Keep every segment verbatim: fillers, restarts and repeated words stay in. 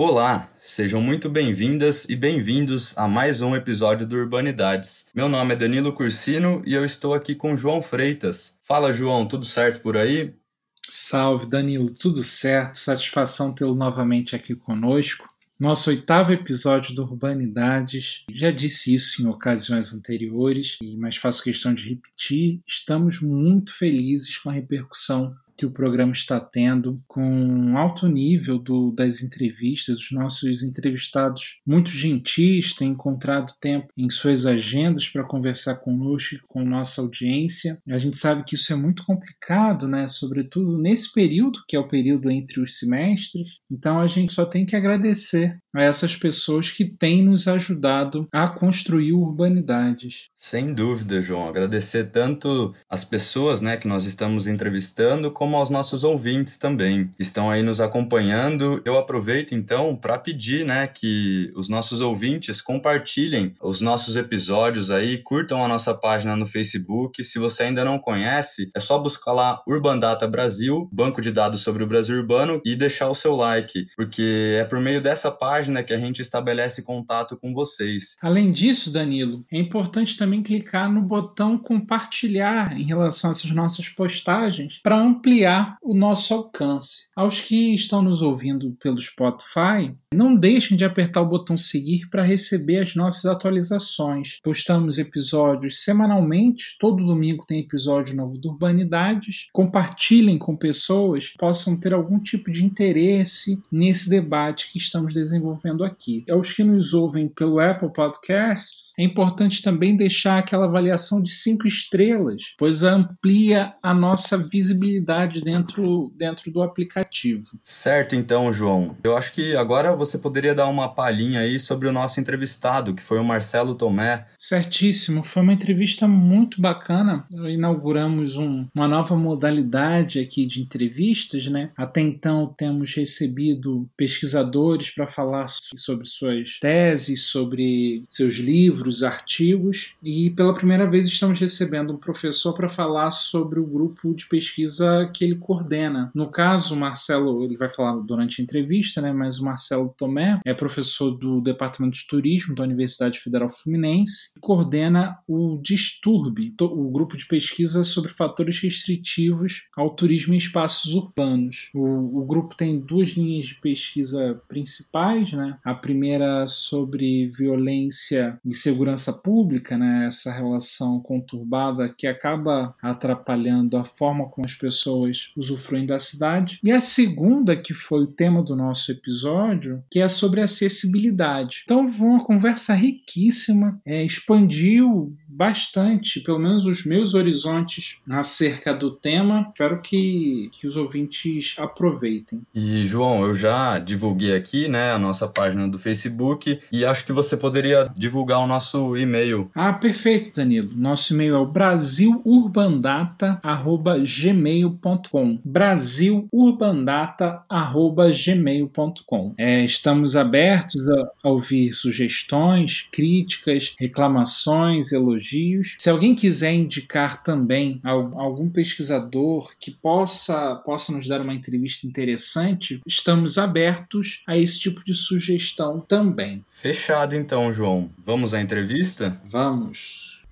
Olá, sejam muito bem-vindas e bem-vindos a mais um episódio do Urbanidades. Meu nome é Danilo Cursino e eu estou aqui com João Freitas. Fala, João, tudo certo por aí? Salve, Danilo, tudo certo? Satisfação tê-lo novamente aqui conosco. Nosso oitavo episódio do Urbanidades. Já disse isso em ocasiões anteriores, mas faço questão de repetir. Estamos muito felizes com a repercussão que o programa está tendo, com um alto nível do, das entrevistas. Os nossos entrevistados muito gentis têm encontrado tempo em suas agendas para conversar conosco e com nossa audiência. A gente sabe que isso é muito complicado, né? Sobretudo nesse período, que é o período entre os semestres. Então a gente só tem que agradecer a essas pessoas que têm nos ajudado a construir Urbanidades. Sem dúvida, João. Agradecer tanto as pessoas, né, que nós estamos entrevistando, como aos nossos ouvintes também, que estão aí nos acompanhando. Eu aproveito, então, para pedir, né, que os nossos ouvintes compartilhem os nossos episódios aí, curtam a nossa página no Facebook. Se você ainda não conhece, é só buscar lá Urbandata Brasil, banco de dados sobre o Brasil urbano, e deixar o seu like, porque é por meio dessa página que a gente estabelece contato com vocês. Além disso, Danilo, é importante também clicar no botão compartilhar em relação a essas nossas postagens para ampliar o nosso alcance. Aos que estão nos ouvindo pelo Spotify, não deixem de apertar o botão seguir para receber as nossas atualizações. Postamos episódios semanalmente, todo domingo tem episódio novo do Urbanidades. Compartilhem com pessoas que possam ter algum tipo de interesse nesse debate que estamos desenvolvendo aqui. Aos que nos ouvem pelo Apple Podcasts, é importante também deixar aquela avaliação de cinco estrelas, pois amplia a nossa visibilidade dentro, dentro do aplicativo. Certo, então, João. Eu acho que agora você poderia dar uma palhinha aí sobre o nosso entrevistado, que foi o Marcelo Tomé. Certíssimo. Foi uma entrevista muito bacana. Inauguramos um, uma nova modalidade aqui de entrevistas, né? Até então temos recebido pesquisadores para falar sobre suas teses, sobre seus livros, artigos, e pela primeira vez estamos recebendo um professor para falar sobre o grupo de pesquisa que ele coordena. No caso, o Marcelo, ele vai falar durante a entrevista, né, mas o Marcelo Tomé é professor do Departamento de Turismo da Universidade Federal Fluminense e coordena o DISTURB, o grupo de pesquisa sobre fatores restritivos ao turismo em espaços urbanos. O, o grupo tem duas linhas de pesquisa principais, né? A primeira sobre violência e segurança pública, né? Essa relação conturbada que acaba atrapalhando a forma como as pessoas usufruem da cidade. E a segunda, que foi o tema do nosso episódio, que é sobre acessibilidade. Então, foi uma conversa riquíssima, é, expandiu bastante, pelo menos os meus horizontes acerca do tema. Espero que, que os ouvintes aproveitem. E, João, eu já divulguei aqui, né, a nossa página do Facebook e acho que você poderia divulgar o nosso e-mail. Ah, perfeito, Danilo. Nosso e-mail é o brasil urbandata arroba gmail ponto com. brasil urbandata arroba gmail ponto com. É, estamos abertos a, a ouvir sugestões, críticas, reclamações, elogios. Se alguém quiser indicar também algum pesquisador que possa, possa nos dar uma entrevista interessante, estamos abertos a esse tipo de sugestão também. Fechado então, João. Vamos à entrevista? Vamos.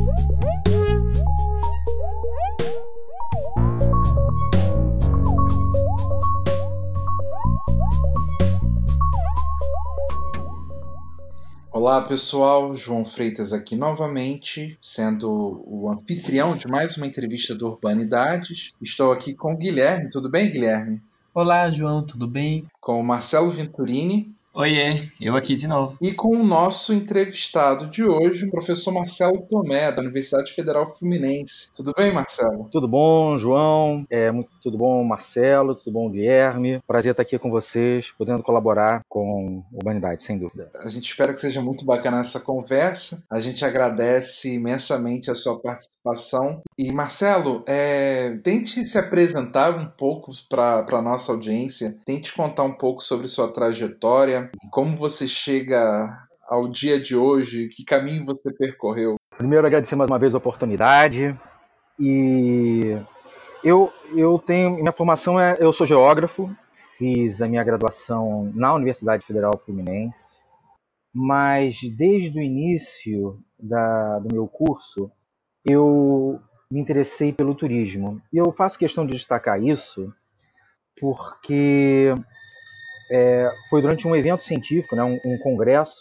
Olá pessoal, João Freitas aqui novamente, sendo o anfitrião de mais uma entrevista do Urbanidades. Estou aqui com o Guilherme, tudo bem, Guilherme? Olá, João, tudo bem? Com o Marcelo Venturini. Oiê, eu aqui de novo. E com o nosso entrevistado de hoje, o professor Marcelo Tomé, da Universidade Federal Fluminense. Tudo bem, Marcelo? Tudo bom, João? É, muito, tudo bom, Marcelo? Tudo bom, Guilherme? Prazer estar aqui com vocês, podendo colaborar com Urbanidade, sem dúvida. A gente espera que seja muito bacana essa conversa. A gente agradece imensamente a sua participação. E, Marcelo, é, tente se apresentar um pouco para a nossa audiência. Tente contar um pouco sobre sua trajetória, como você chega ao dia de hoje, que caminho você percorreu. Primeiro, agradecer mais uma vez a oportunidade. E eu, eu tenho, minha formação é, eu sou geógrafo, fiz a minha graduação na Universidade Federal Fluminense, mas desde o início da, do meu curso, eu me interessei pelo turismo. E eu faço questão de destacar isso porque é, foi durante um evento científico, né, um, um congresso,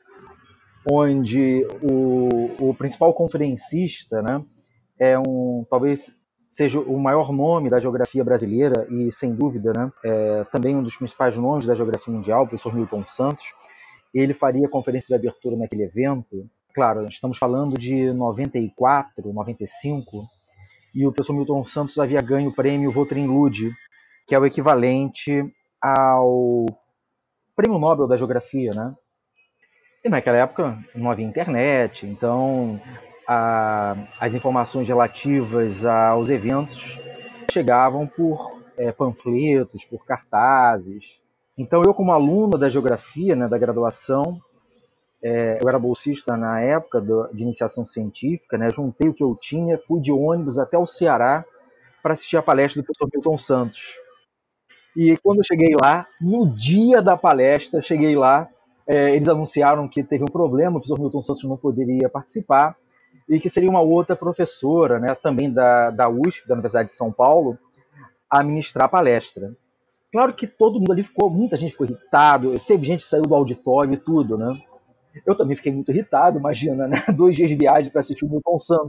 onde o, o principal conferencista, né, é um, talvez seja o maior nome da geografia brasileira e, sem dúvida, né, é também um dos principais nomes da geografia mundial, o professor Milton Santos. Ele faria a conferência de abertura naquele evento. Claro, estamos falando de noventa e quatro, noventa e cinco, e o professor Milton Santos havia ganho o prêmio Voutrin Lud, que é o equivalente ao prêmio Nobel da Geografia, né? E naquela época não havia internet, então a, as informações relativas aos eventos chegavam por é, panfletos, por cartazes. Então eu, como aluno da geografia, né, da graduação, é, eu era bolsista na época do, de iniciação científica, né, juntei o que eu tinha, fui de ônibus até o Ceará para assistir a palestra do professor Milton Santos. E quando eu cheguei lá, no dia da palestra, cheguei lá, é, eles anunciaram que teve um problema, o professor Milton Santos não poderia participar, e que seria uma outra professora, né, também da, da U S P, da Universidade de São Paulo, a ministrar a palestra. Claro que todo mundo ali ficou, muita gente ficou irritado, teve gente que saiu do auditório e tudo, né? Eu também fiquei muito irritado, imagina, né? Dois dias de viagem para assistir o Milton Santos.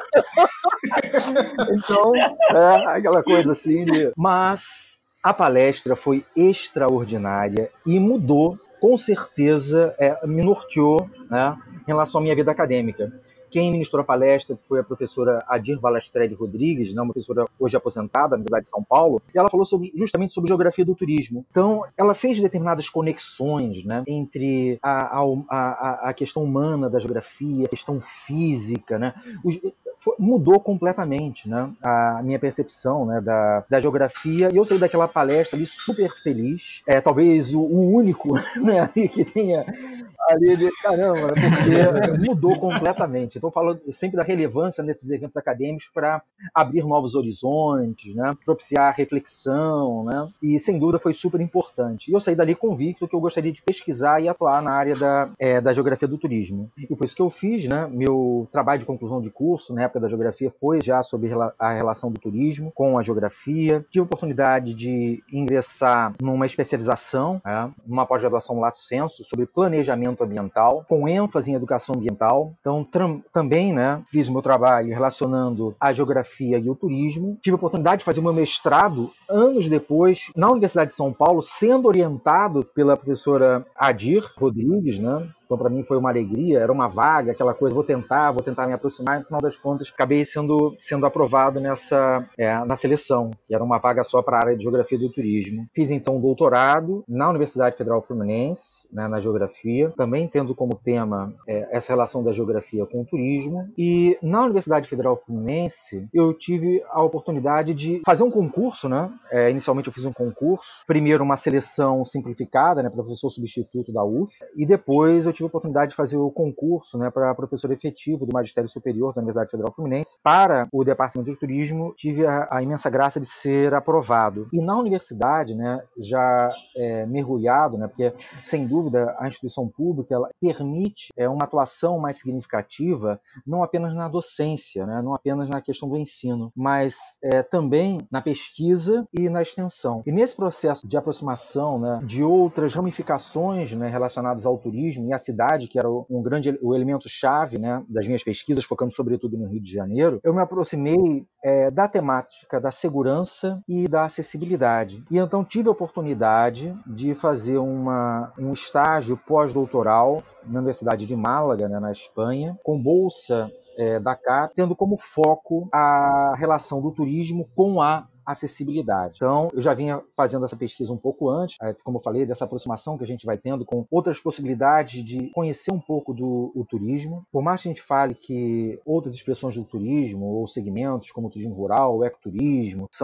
Então, é aquela coisa assim de... Mas a palestra foi extraordinária e mudou, com certeza, é, me norteou, né, em relação à minha vida acadêmica. Quem ministrou a palestra foi a professora Adir Balastrelli Rodrigues, né, uma professora hoje aposentada na Universidade de São Paulo, e ela falou sobre, justamente sobre geografia do turismo. Então, ela fez determinadas conexões, né, entre a, a, a, a questão humana da geografia, a questão física, né, os, foi, mudou completamente, né, a minha percepção, né, da, da geografia, e eu saí daquela palestra ali super feliz, é, talvez o, o único, né, que tenha ali de caramba, porque mudou completamente. Então, eu falo sempre da relevância desses eventos acadêmicos para abrir novos horizontes, né, propiciar reflexão, né, e sem dúvida foi super importante. E eu saí dali convicto que eu gostaria de pesquisar e atuar na área da, é, da geografia do turismo. E foi isso que eu fiz, né? Meu trabalho de conclusão de curso na época da geografia foi já sobre a relação do turismo com a geografia. Tive a oportunidade de ingressar numa especialização, né, numa pós-graduação lato sensu sobre planejamento ambiental, com ênfase em educação ambiental. Então, também, né, fiz o meu trabalho relacionando a geografia e o turismo. Tive a oportunidade de fazer o meu mestrado anos depois na Universidade de São Paulo, sendo orientado pela professora Adir Rodrigues, né? Então, para mim, foi uma alegria, era uma vaga, aquela coisa, vou tentar, vou tentar me aproximar, e no final das contas, acabei sendo, sendo aprovado nessa, é, na seleção, que era uma vaga só para a área de Geografia do Turismo. Fiz, então, um doutorado na Universidade Federal Fluminense, né, na Geografia, também tendo como tema é, essa relação da geografia com o turismo. E na Universidade Federal Fluminense, eu tive a oportunidade de fazer um concurso, né? É, inicialmente, eu fiz um concurso, primeiro uma seleção simplificada, né, para professor substituto da U F, e depois eu tive a oportunidade de fazer o concurso, né, para professor efetivo do Magistério Superior da Universidade Federal Fluminense para o Departamento de Turismo. Tive a, a imensa graça de ser aprovado. E na universidade, né, já é, mergulhado, né, porque sem dúvida a instituição pública ela permite é, uma atuação mais significativa, não apenas na docência, né, não apenas na questão do ensino, mas é, também na pesquisa e na extensão. E nesse processo de aproximação, né, de outras ramificações, né, relacionadas ao turismo e à cidade, que era um grande o elemento-chave, né, das minhas pesquisas, focando sobretudo no Rio de Janeiro, eu me aproximei é, da temática da segurança e da acessibilidade. E então tive a oportunidade de fazer uma, um estágio pós-doutoral na Universidade de Málaga, né, na Espanha, com bolsa é, da C A P, tendo como foco a relação do turismo com a acessibilidade. Então, eu já vinha fazendo essa pesquisa um pouco antes, como eu falei, dessa aproximação que a gente vai tendo com outras possibilidades de conhecer um pouco do o turismo. Por mais que a gente fale que outras expressões do turismo ou segmentos como o turismo rural, o ecoturismo, são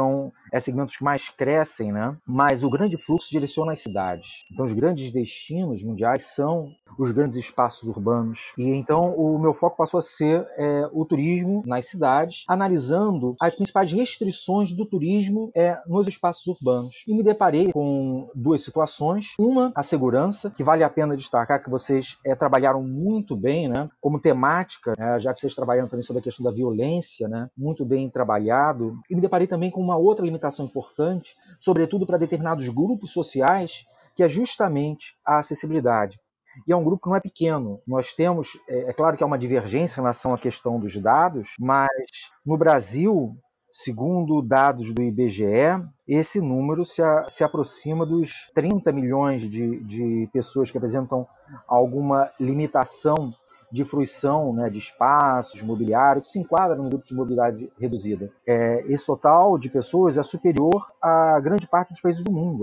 é, segmentos que mais crescem, né? Mas o grande fluxo direciona as cidades. Então, os grandes destinos mundiais são os grandes espaços urbanos. E então o meu foco passou a ser é, o turismo nas cidades, analisando as principais restrições do turismo é, nos espaços urbanos. E me deparei com duas situações. Uma, a segurança, que vale a pena destacar que vocês é, trabalharam muito bem, né, como temática, né, já que vocês trabalharam também sobre a questão da violência, né, muito bem trabalhado. E me deparei também com uma outra limitação importante, sobretudo para determinados grupos sociais, que é justamente a acessibilidade. E é um grupo que não é pequeno. Nós temos, é, é claro que há uma divergência em relação à questão dos dados, mas no Brasil, segundo dados do I B G E, esse número se, a, se aproxima dos trinta milhões de, de pessoas que apresentam alguma limitação de fruição, né, de espaços, mobiliário, que se enquadra no grupo de mobilidade reduzida. É, esse total de pessoas é superior a grande parte dos países do mundo.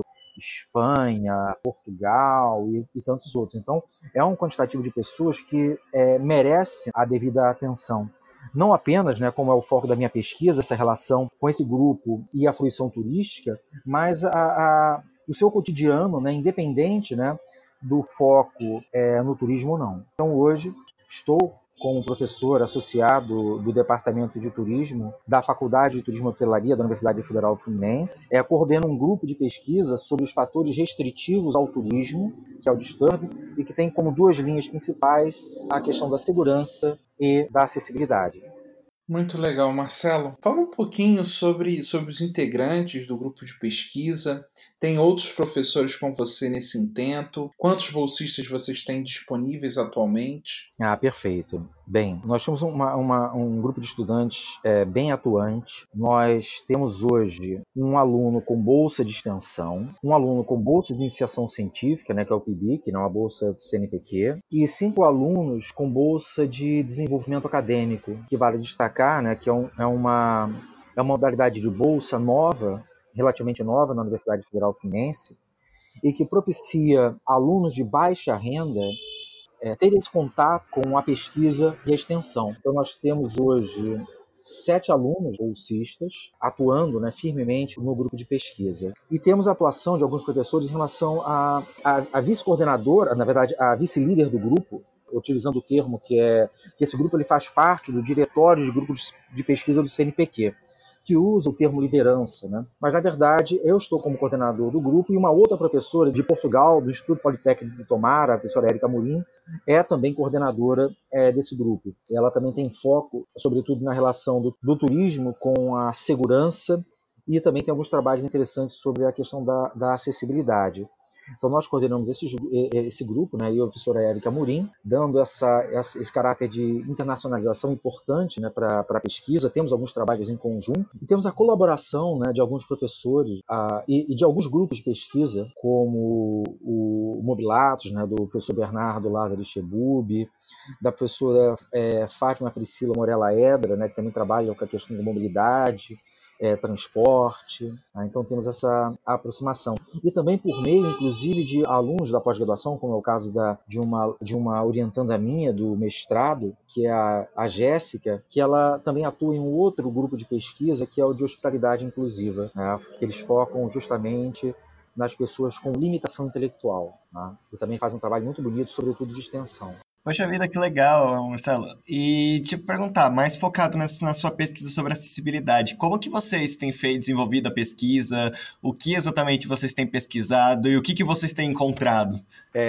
Espanha, Portugal e, e tantos outros. Então, é um quantitativo de pessoas que é, merece a devida atenção. Não apenas, né, como é o foco da minha pesquisa, essa relação com esse grupo e a fruição turística, mas a, a, o seu cotidiano, né, independente, né, do foco é, no turismo ou não. Então, hoje, estou como professor associado do Departamento de Turismo da Faculdade de Turismo e Hotelaria da Universidade Federal Fluminense. É, coordeno um grupo de pesquisa sobre os fatores restritivos ao turismo, que é o distúrbio, e que tem como duas linhas principais a questão da segurança e da acessibilidade. Muito legal, Marcelo. Fala um pouquinho sobre, sobre os integrantes do grupo de pesquisa. Tem outros professores com você nesse intento? Quantos bolsistas vocês têm disponíveis atualmente? Ah, perfeito. Bem, nós temos uma, uma, um grupo de estudantes é, bem atuante. Nós temos hoje um aluno com bolsa de extensão, um aluno com bolsa de iniciação científica, né, que é o P I B I C, que não é uma bolsa do C N P Q, e cinco alunos com bolsa de desenvolvimento acadêmico, que vale destacar, né, que é, um, é, uma, é uma modalidade de bolsa nova, relativamente nova na Universidade Federal Fluminense, e que propicia alunos de baixa renda É, ter esse contato com a pesquisa e a extensão. Então, nós temos hoje sete alunos bolsistas atuando, né, firmemente no grupo de pesquisa. E temos a atuação de alguns professores em relação à a, a, a vice-coordenadora, na verdade, a vice-líder do grupo, utilizando o termo que é que esse grupo ele faz parte do diretório de grupos de pesquisa do C N P Q, que usa o termo liderança, né? Mas, na verdade, eu estou como coordenador do grupo e uma outra professora de Portugal, do Instituto Politécnico de Tomar, a professora Érica Amorim, é também coordenadora é, desse grupo. Ela também tem foco, sobretudo, na relação do, do turismo com a segurança e também tem alguns trabalhos interessantes sobre a questão da, da acessibilidade. Então, nós coordenamos esse, esse grupo, né, eu e a professora Érica Amorim, dando essa, essa, esse caráter de internacionalização importante, né, para a pesquisa. Temos alguns trabalhos em conjunto e temos a colaboração, né, de alguns professores a, e, e de alguns grupos de pesquisa, como o Mobilatos, né, do professor Bernardo Lázaro Chebub, da professora é, Fátima Priscila Morella Edra, né, que também trabalha com a questão da mobilidade, É, transporte, tá? Então temos essa aproximação. E também por meio, inclusive, de alunos da pós-graduação, como é o caso da, de, uma, de uma orientanda minha do mestrado, que é a, a Jéssica, que ela também atua em um outro grupo de pesquisa, que é o de hospitalidade inclusiva, né? Que eles focam justamente nas pessoas com limitação intelectual, né? E também fazem um trabalho muito bonito, sobretudo de extensão. Poxa vida, que legal, Marcelo. E te perguntar, mais focado nessa, na sua pesquisa sobre acessibilidade, como que vocês têm feito, desenvolvido a pesquisa, o que exatamente vocês têm pesquisado e o que, que vocês têm encontrado?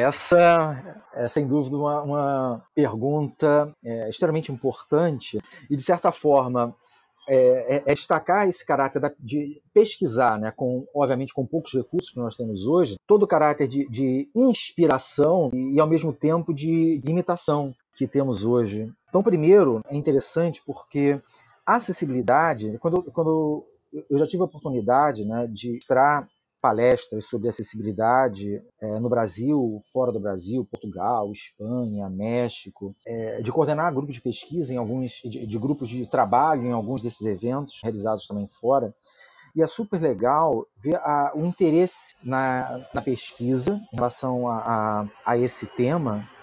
Essa é, sem dúvida, uma, uma pergunta é, extremamente importante e, de certa forma, É, é, é destacar esse caráter da, de pesquisar, né, com, obviamente com poucos recursos que nós temos hoje, todo o caráter de, de inspiração e, e, ao mesmo tempo, de limitação que temos hoje. Então, primeiro, é interessante porque a acessibilidade, quando, quando eu já tive a oportunidade, né, de mostrar palestras sobre acessibilidade é, no Brasil, fora do Brasil, Portugal, Espanha, México, é, de coordenar grupos de pesquisa em alguns, de, de grupos de trabalho em alguns desses eventos realizados também fora. E é super legal ver a, o interesse na, na pesquisa em relação a, a, a esse tema,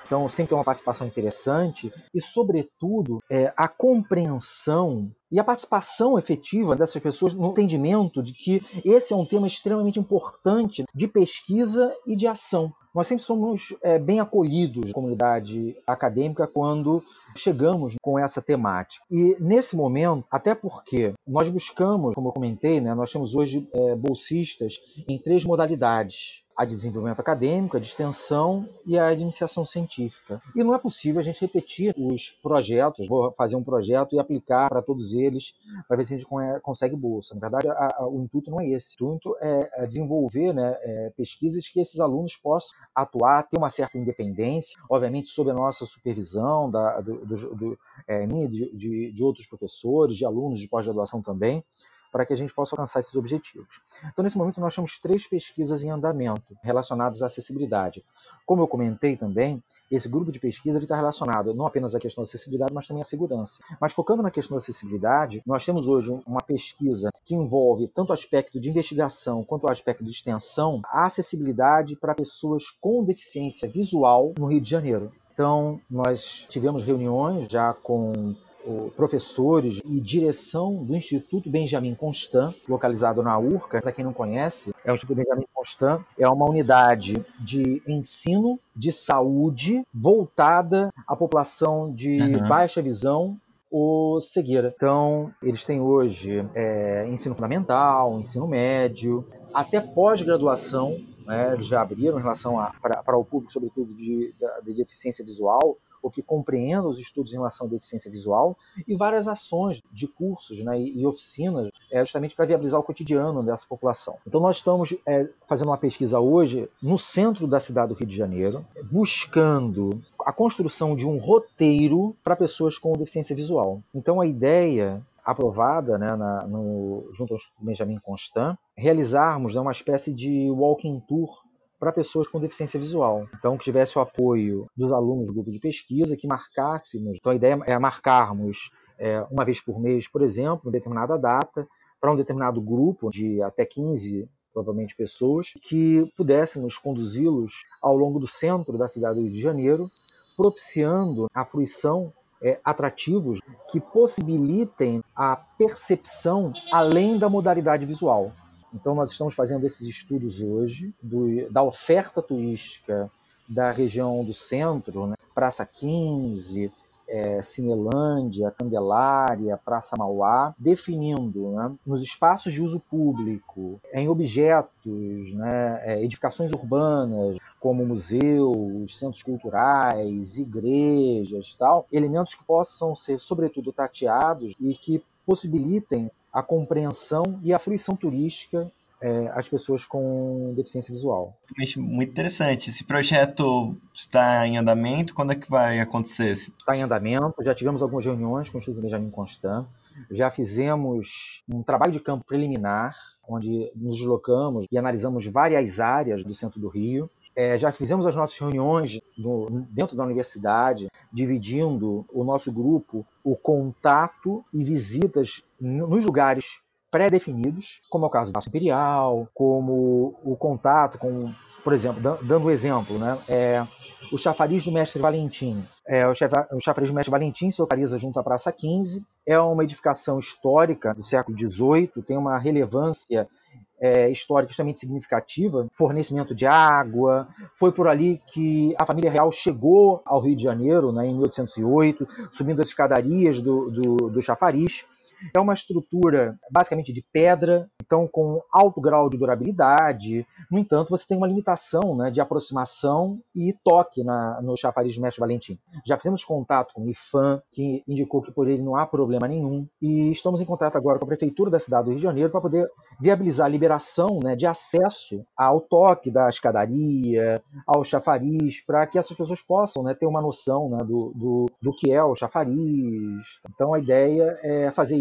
Então, sempre tem uma participação interessante e, sobretudo, é, a compreensão e a participação efetiva dessas pessoas no entendimento de que esse é um tema extremamente importante de pesquisa e de ação. Nós sempre somos é, bem acolhidos na comunidade acadêmica quando chegamos com essa temática. E nesse momento, até porque nós buscamos, como eu comentei, né, nós temos hoje é, bolsistas em três modalidades: a de desenvolvimento acadêmico, a de extensão e a de iniciação científica. E não é possível a gente repetir os projetos, vou fazer um projeto e aplicar para todos eles, para ver se a gente consegue bolsa. Na verdade, a, a, o intuito não é esse. O intuito é, é desenvolver né, é, pesquisas que esses alunos possam atuar, ter uma certa independência, obviamente sob a nossa supervisão, da, do, do, do, é, minha, de, de, de outros professores, de alunos de pós-graduação também, para que a gente possa alcançar esses objetivos. Então, nesse momento, nós temos três pesquisas em andamento relacionadas à acessibilidade. Como eu comentei também, esse grupo de pesquisa está relacionado não apenas à questão da acessibilidade, mas também à segurança. Mas focando na questão da acessibilidade, nós temos hoje uma pesquisa que envolve tanto o aspecto de investigação quanto o aspecto de extensão, a acessibilidade para pessoas com deficiência visual no Rio de Janeiro. Então, nós tivemos reuniões já com professores e direção do Instituto Benjamin Constant, localizado na U R C A. Para quem não conhece, é o Instituto Benjamin Constant, é uma unidade de ensino de saúde voltada à população de uhum. baixa visão ou cegueira. Então, eles têm hoje é, ensino fundamental, ensino médio, até pós-graduação, né, eles já abriram em relação para o público, sobretudo de, de, de deficiência visual, ou que compreenda os estudos em relação à deficiência visual, e várias ações de cursos né, e, e oficinas é, justamente para viabilizar o cotidiano dessa população. Então nós estamos é, fazendo uma pesquisa hoje no centro da cidade do Rio de Janeiro, buscando a construção de um roteiro para pessoas com deficiência visual. Então a ideia aprovada né, na, no, junto ao Benjamin Constant, realizarmos né, uma espécie de walking tour para pessoas com deficiência visual. Então, que tivesse o apoio dos alunos do grupo de pesquisa, que marcássemos. Então, a ideia é marcarmos é, uma vez por mês, por exemplo, uma determinada data, para um determinado grupo de até quinze, provavelmente, pessoas, que pudéssemos conduzi-los ao longo do centro da cidade do Rio de Janeiro, propiciando a fruição é, atrativos que possibilitem a percepção além da modalidade visual. Então, nós estamos fazendo esses estudos hoje do, da oferta turística da região do centro, né? Praça quinze, é, Cinelândia, Candelária, Praça Mauá, definindo né, nos espaços de uso público, em objetos, né, é, edificações urbanas, como museus, centros culturais, igrejas, tal, elementos que possam ser, sobretudo, tateados e que possibilitem a compreensão e a fruição turística é, às pessoas com deficiência visual. Muito interessante. Esse projeto está em andamento? Quando é que vai acontecer? Está em andamento. Já tivemos algumas reuniões com o Instituto Benjamin Constant. Já fizemos um trabalho de campo preliminar, onde nos deslocamos e analisamos várias áreas do centro do Rio. É, já fizemos as nossas reuniões no, dentro da universidade, dividindo o nosso grupo, o contato e visitas nos lugares pré-definidos, como é o caso do Paço Imperial, como o contato com, por exemplo, dando um exemplo, né, é, o chafariz do Mestre Valentim. É, o chafariz do Mestre Valentim se localiza junto à Praça quinze, é uma edificação histórica do século dezoito, tem uma relevância É, histórica extremamente significativa, fornecimento de água. Foi por ali que a família real chegou ao Rio de Janeiro, né, em mil oitocentos e oito, subindo as escadarias do, do, do chafariz. É uma estrutura basicamente de pedra, então com alto grau de durabilidade. No entanto, você tem uma limitação né, de aproximação e toque na, no chafariz do Mestre Valentim. Já fizemos contato com o IFAM, que indicou que por ele não há problema nenhum, e estamos em contato agora com a Prefeitura da cidade do Rio de Janeiro para poder viabilizar a liberação né, de acesso ao toque da escadaria, ao chafariz, para que essas pessoas possam né, ter uma noção né, do, do, do que é o chafariz. Então a ideia é fazer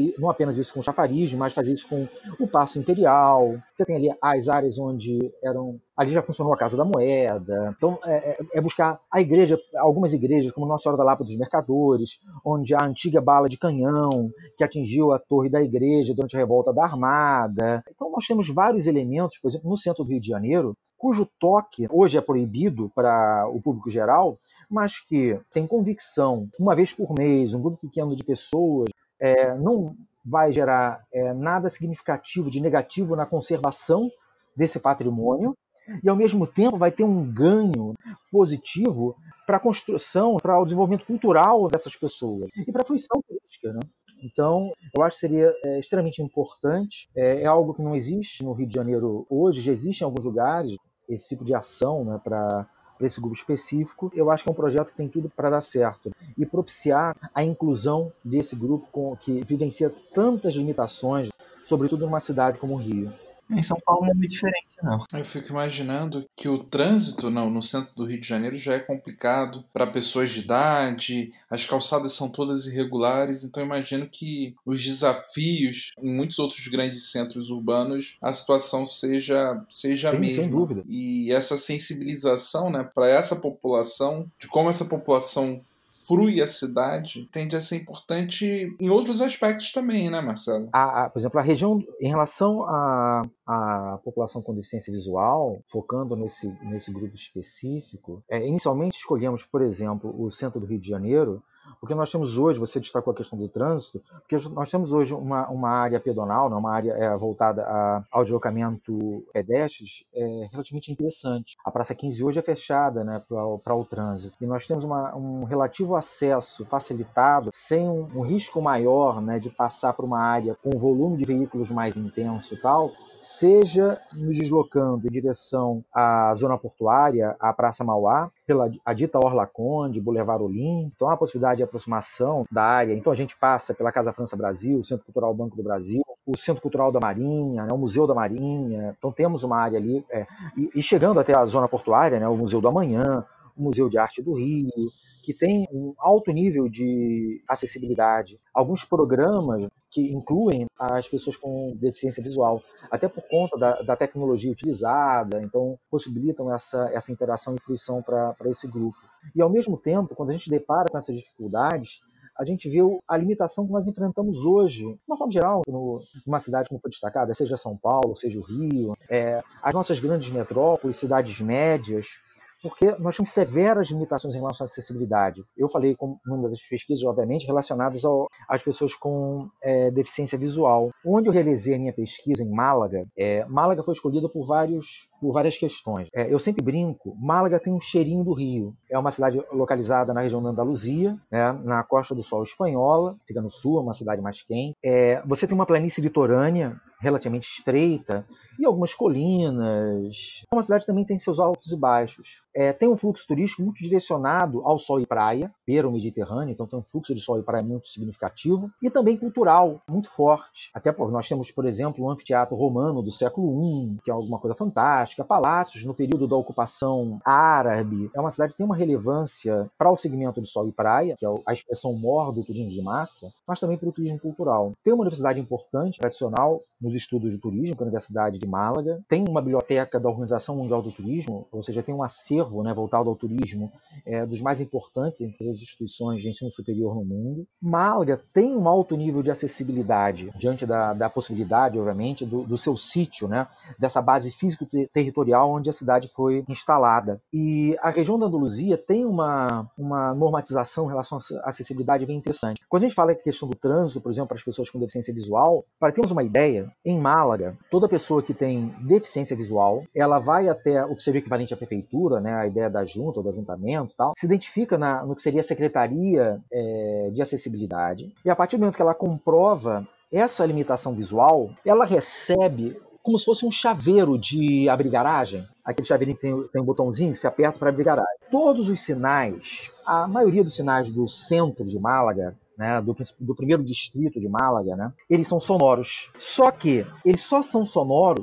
fazer não apenas isso com o chafariz, mas fazer isso com o Paço Imperial. Você tem ali as áreas onde eram... Ali já funcionou a Casa da Moeda. Então, é, é buscar a igreja, algumas igrejas, como Nossa Senhora da Lapa dos Mercadores, onde a antiga bala de canhão que atingiu a torre da igreja durante a revolta da Armada. Então, nós temos vários elementos, por exemplo, no centro do Rio de Janeiro, cujo toque hoje é proibido para o público geral, mas que tem convicção, uma vez por mês, um grupo pequeno de pessoas, é, não vai gerar é, nada significativo de negativo na conservação desse patrimônio, e ao mesmo tempo vai ter um ganho positivo para a construção, para o desenvolvimento cultural dessas pessoas e para a fruição política, né? Então, eu acho que seria é, extremamente importante, é, é algo que não existe no Rio de Janeiro hoje, já existe em alguns lugares esse tipo de ação, né, para esse grupo específico. Eu acho que é um projeto que tem tudo para dar certo e propiciar a inclusão desse grupo com, que vivencia tantas limitações, sobretudo numa cidade como o Rio. Em São Paulo não é muito diferente, não. Eu fico imaginando que o trânsito não, no centro do Rio de Janeiro já é complicado para pessoas de idade, as calçadas são todas irregulares, então eu imagino que os desafios em muitos outros grandes centros urbanos, a situação seja, seja Sim, a mesma. sem dúvida. E essa sensibilização, né, para essa população, de como essa população frui a cidade, tende a ser importante em outros aspectos também, né, Marcelo? A, a, por exemplo, a região, em relação à, à população com deficiência visual, focando nesse, nesse grupo específico, é, inicialmente escolhemos, por exemplo, o centro do Rio de Janeiro, porque nós temos hoje, você destacou a questão do trânsito, porque nós temos hoje uma, uma área pedonal, né, uma área é, voltada a, ao deslocamento pedestres é, relativamente interessante. A Praça quinze hoje é fechada, né, para o trânsito. E nós temos uma, um relativo acesso facilitado, sem um, um risco maior, né, de passar por uma área com um volume de veículos mais intenso e tal, seja nos deslocando em direção à zona portuária, à Praça Mauá, pela a dita Orla Conde, Boulevard Olim. Então, há a possibilidade de aproximação da área. Então, a gente passa pela Casa França Brasil, o Centro Cultural Banco do Brasil, o Centro Cultural da Marinha, né, o Museu da Marinha. Então, temos uma área ali. É, e, e chegando até a zona portuária, né, o Museu do Amanhã, o Museu de Arte do Rio, que tem um alto nível de acessibilidade. Alguns programas que incluem as pessoas com deficiência visual, até por conta da, da tecnologia utilizada, então possibilitam essa, essa interação e fruição para esse grupo. E, ao mesmo tempo, quando a gente depara com essas dificuldades, a gente vê a limitação que nós enfrentamos hoje, de uma forma geral, no, numa cidade como foi destacada, seja São Paulo, seja o Rio, é, as nossas grandes metrópoles, cidades médias, porque nós temos severas limitações em relação à acessibilidade. Eu falei com uma das pesquisas, obviamente, relacionadas ao, às pessoas com é, deficiência visual. Onde eu realizei a minha pesquisa, em Málaga, é, Málaga foi escolhida por, vários, por várias questões. É, eu sempre brinco, Málaga tem um cheirinho do Rio. É uma cidade localizada na região da Andaluzia, né, na Costa do Sol espanhola, fica no sul, é uma cidade mais quente. É, você tem uma planície litorânea, relativamente estreita, e algumas colinas. Uma cidade também tem seus altos e baixos. É, tem um fluxo turístico muito direcionado ao sol e praia, beira o Mediterrâneo, então tem um fluxo de sol e praia muito significativo, e também cultural, muito forte. Até porque nós temos, por exemplo, um anfiteatro romano do século primeiro, que é alguma coisa fantástica, palácios no período da ocupação árabe. É uma cidade que tem uma relevância para o segmento de sol e praia, que é a expressão maior do turismo de massa, mas também para o turismo cultural. Tem uma universidade importante, tradicional, nos estudos de turismo, que é a Universidade de Málaga. Tem uma biblioteca da Organização Mundial do Turismo, ou seja, tem um acervo, né, voltado ao turismo, é, dos mais importantes entre as instituições de ensino superior no mundo. Málaga tem um alto nível de acessibilidade, diante da, da possibilidade, obviamente, do, do seu sítio, né, dessa base físico-territorial onde a cidade foi instalada. E a região da Andaluzia tem uma, uma normatização em relação à acessibilidade bem interessante. Quando a gente fala a questão do trânsito, por exemplo, para as pessoas com deficiência visual, para termos uma ideia, em Málaga, toda pessoa que tem deficiência visual, ela vai até o que seria equivalente à prefeitura, né, a ideia da junta ou do ajuntamento, tal, se identifica na, no que seria a Secretaria é, de Acessibilidade, e a partir do momento que ela comprova essa limitação visual, ela recebe como se fosse um chaveiro de abrir garagem, aquele chaveirinho que tem, tem um botãozinho que se aperta para abrir garagem. Todos os sinais, a maioria dos sinais do centro de Málaga, né, do, do primeiro distrito de Málaga, né, eles são sonoros. Só que eles só são sonoros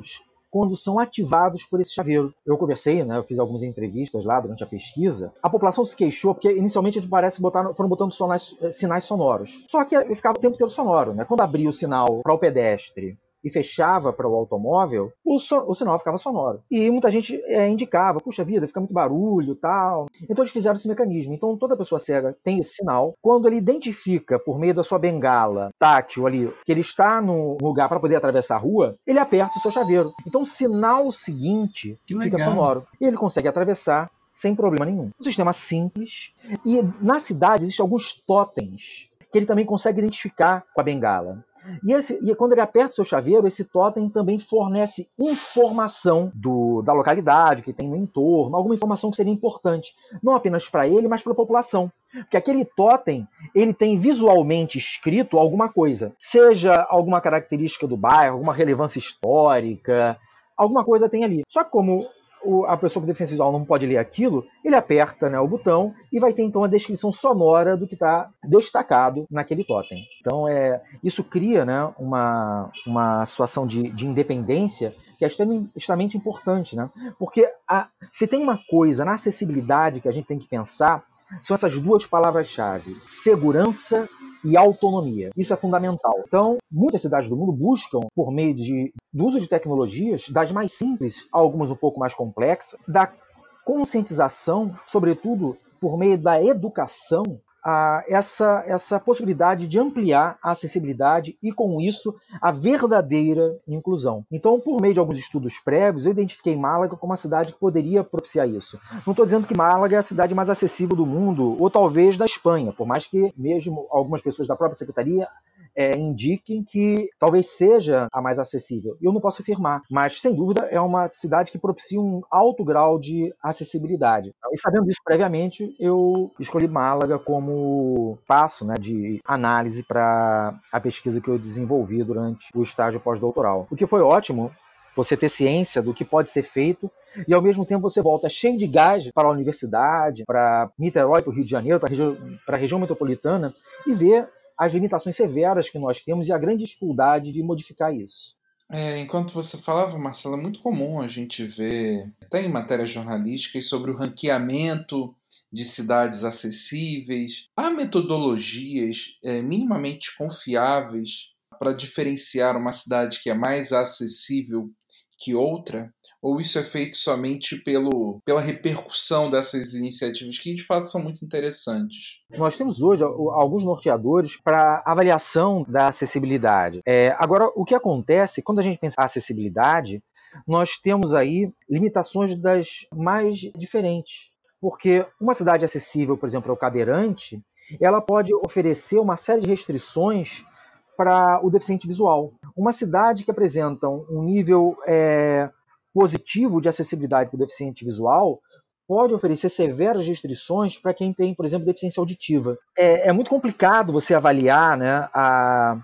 quando são ativados por esse chaveiro. Eu conversei, né, eu fiz algumas entrevistas lá durante a pesquisa. A população se queixou porque inicialmente eles parece botar, foram botando sonais, sinais sonoros. Só que ficava o tempo inteiro sonoro, né? Quando abria o sinal para o pedestre e fechava para o automóvel, o, so, o sinal ficava sonoro. E muita gente é, indicava, puxa vida, fica muito barulho, tal. Então eles fizeram esse mecanismo. Então toda pessoa cega tem esse sinal. Quando ele identifica, por meio da sua bengala tátil ali, que ele está no lugar para poder atravessar a rua, ele aperta o seu chaveiro. Então o sinal seguinte fica sonoro. E ele consegue atravessar sem problema nenhum. Um sistema simples. E na cidade existem alguns totens que ele também consegue identificar com a bengala. E, esse, e quando ele aperta o seu chaveiro, esse totem também fornece informação do, da localidade que tem no entorno, alguma informação que seria importante, não apenas para ele, mas para a população. Porque aquele totem, ele tem visualmente escrito alguma coisa, seja alguma característica do bairro, alguma relevância histórica, alguma coisa tem ali. Só que como a pessoa com deficiência visual não pode ler aquilo, ele aperta, né, o botão e vai ter então a descrição sonora do que está destacado naquele totem. Então é, isso cria, né, uma, uma situação de, de independência que é extremamente importante, né? Porque a, se tem uma coisa na acessibilidade que a gente tem que pensar, são essas duas palavras-chave: segurança e autonomia. Isso é fundamental. Então, muitas cidades do mundo buscam, por meio de, do uso de tecnologias, das mais simples a algumas um pouco mais complexas, da conscientização, sobretudo por meio da educação, a essa, essa possibilidade de ampliar a acessibilidade e, com isso, a verdadeira inclusão. Então, por meio de alguns estudos prévios, eu identifiquei Málaga como uma cidade que poderia propiciar isso. Não estou dizendo que Málaga é a cidade mais acessível do mundo, ou talvez da Espanha, por mais que mesmo algumas pessoas da própria secretaria É, indiquem que talvez seja a mais acessível. Eu não posso afirmar, mas sem dúvida é uma cidade que propicia um alto grau de acessibilidade. E sabendo isso previamente, eu escolhi Málaga como passo, né, de análise para a pesquisa que eu desenvolvi durante o estágio pós-doutoral. O que foi ótimo, você ter ciência do que pode ser feito e, ao mesmo tempo, você volta cheio de gás para a universidade, para Niterói, para o Rio de Janeiro, para a região, para a região metropolitana, e ver as limitações severas que nós temos e a grande dificuldade de modificar isso. É, enquanto você falava, Marcelo, é muito comum a gente ver, até em matérias jornalísticas, sobre o ranqueamento de cidades acessíveis. Há metodologias é, minimamente confiáveis para diferenciar uma cidade que é mais acessível que outra? Ou isso é feito somente pelo, pela repercussão dessas iniciativas, que de fato são muito interessantes? Nós temos hoje alguns norteadores para avaliação da acessibilidade. É, agora, o que acontece, quando a gente pensa em acessibilidade, nós temos aí limitações das mais diferentes. Porque uma cidade acessível, por exemplo, ao cadeirante, ela pode oferecer uma série de restrições para o deficiente visual. Uma cidade que apresenta um nível é, positivo de acessibilidade para o deficiente visual pode oferecer severas restrições para quem tem, por exemplo, deficiência auditiva. É, é muito complicado você avaliar, né, a,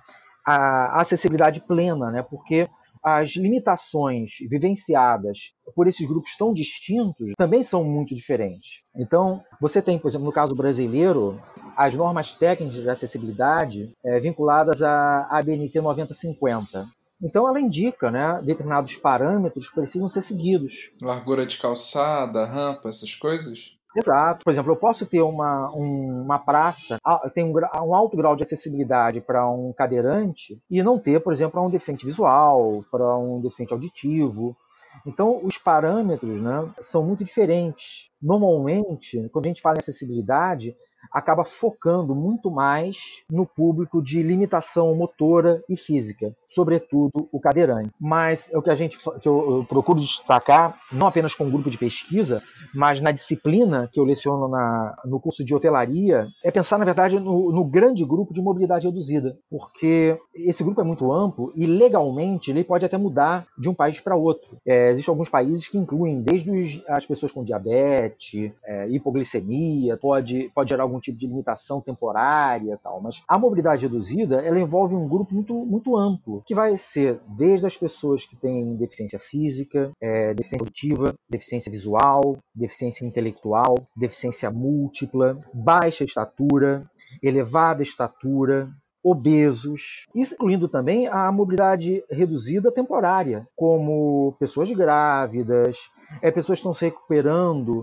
a acessibilidade plena, né, porque as limitações vivenciadas por esses grupos tão distintos também são muito diferentes. Então, você tem, por exemplo, no caso brasileiro, as normas técnicas de acessibilidade é, vinculadas à A B N T noventa cinquenta. Então, ela indica, né, determinados parâmetros que precisam ser seguidos. Largura de calçada, rampa, essas coisas? Exato. Por exemplo, eu posso ter uma, um, uma praça, tem um, um alto grau de acessibilidade para um cadeirante e não ter, por exemplo, para um deficiente visual, para um deficiente auditivo. Então, os parâmetros, né, são muito diferentes. Normalmente, quando a gente fala em acessibilidade, acaba focando muito mais no público de limitação motora e física, sobretudo o cadeirante. Mas é o que a gente que eu, eu procuro destacar, não apenas com o grupo de pesquisa, mas na disciplina que eu leciono na, no curso de hotelaria, é pensar, na verdade, no, no grande grupo de mobilidade reduzida, porque esse grupo é muito amplo e legalmente ele pode até mudar de um país para outro. É, existem alguns países que incluem desde os, as pessoas com diabetes, é, hipoglicemia, pode, pode gerar algum tipo de limitação temporária e tal, mas a mobilidade reduzida, ela envolve um grupo muito, muito amplo, que vai ser desde as pessoas que têm deficiência física, é, deficiência auditiva, deficiência visual, deficiência intelectual, deficiência múltipla, baixa estatura, elevada estatura, obesos, isso incluindo também a mobilidade reduzida temporária, como pessoas grávidas, é, pessoas que estão se recuperando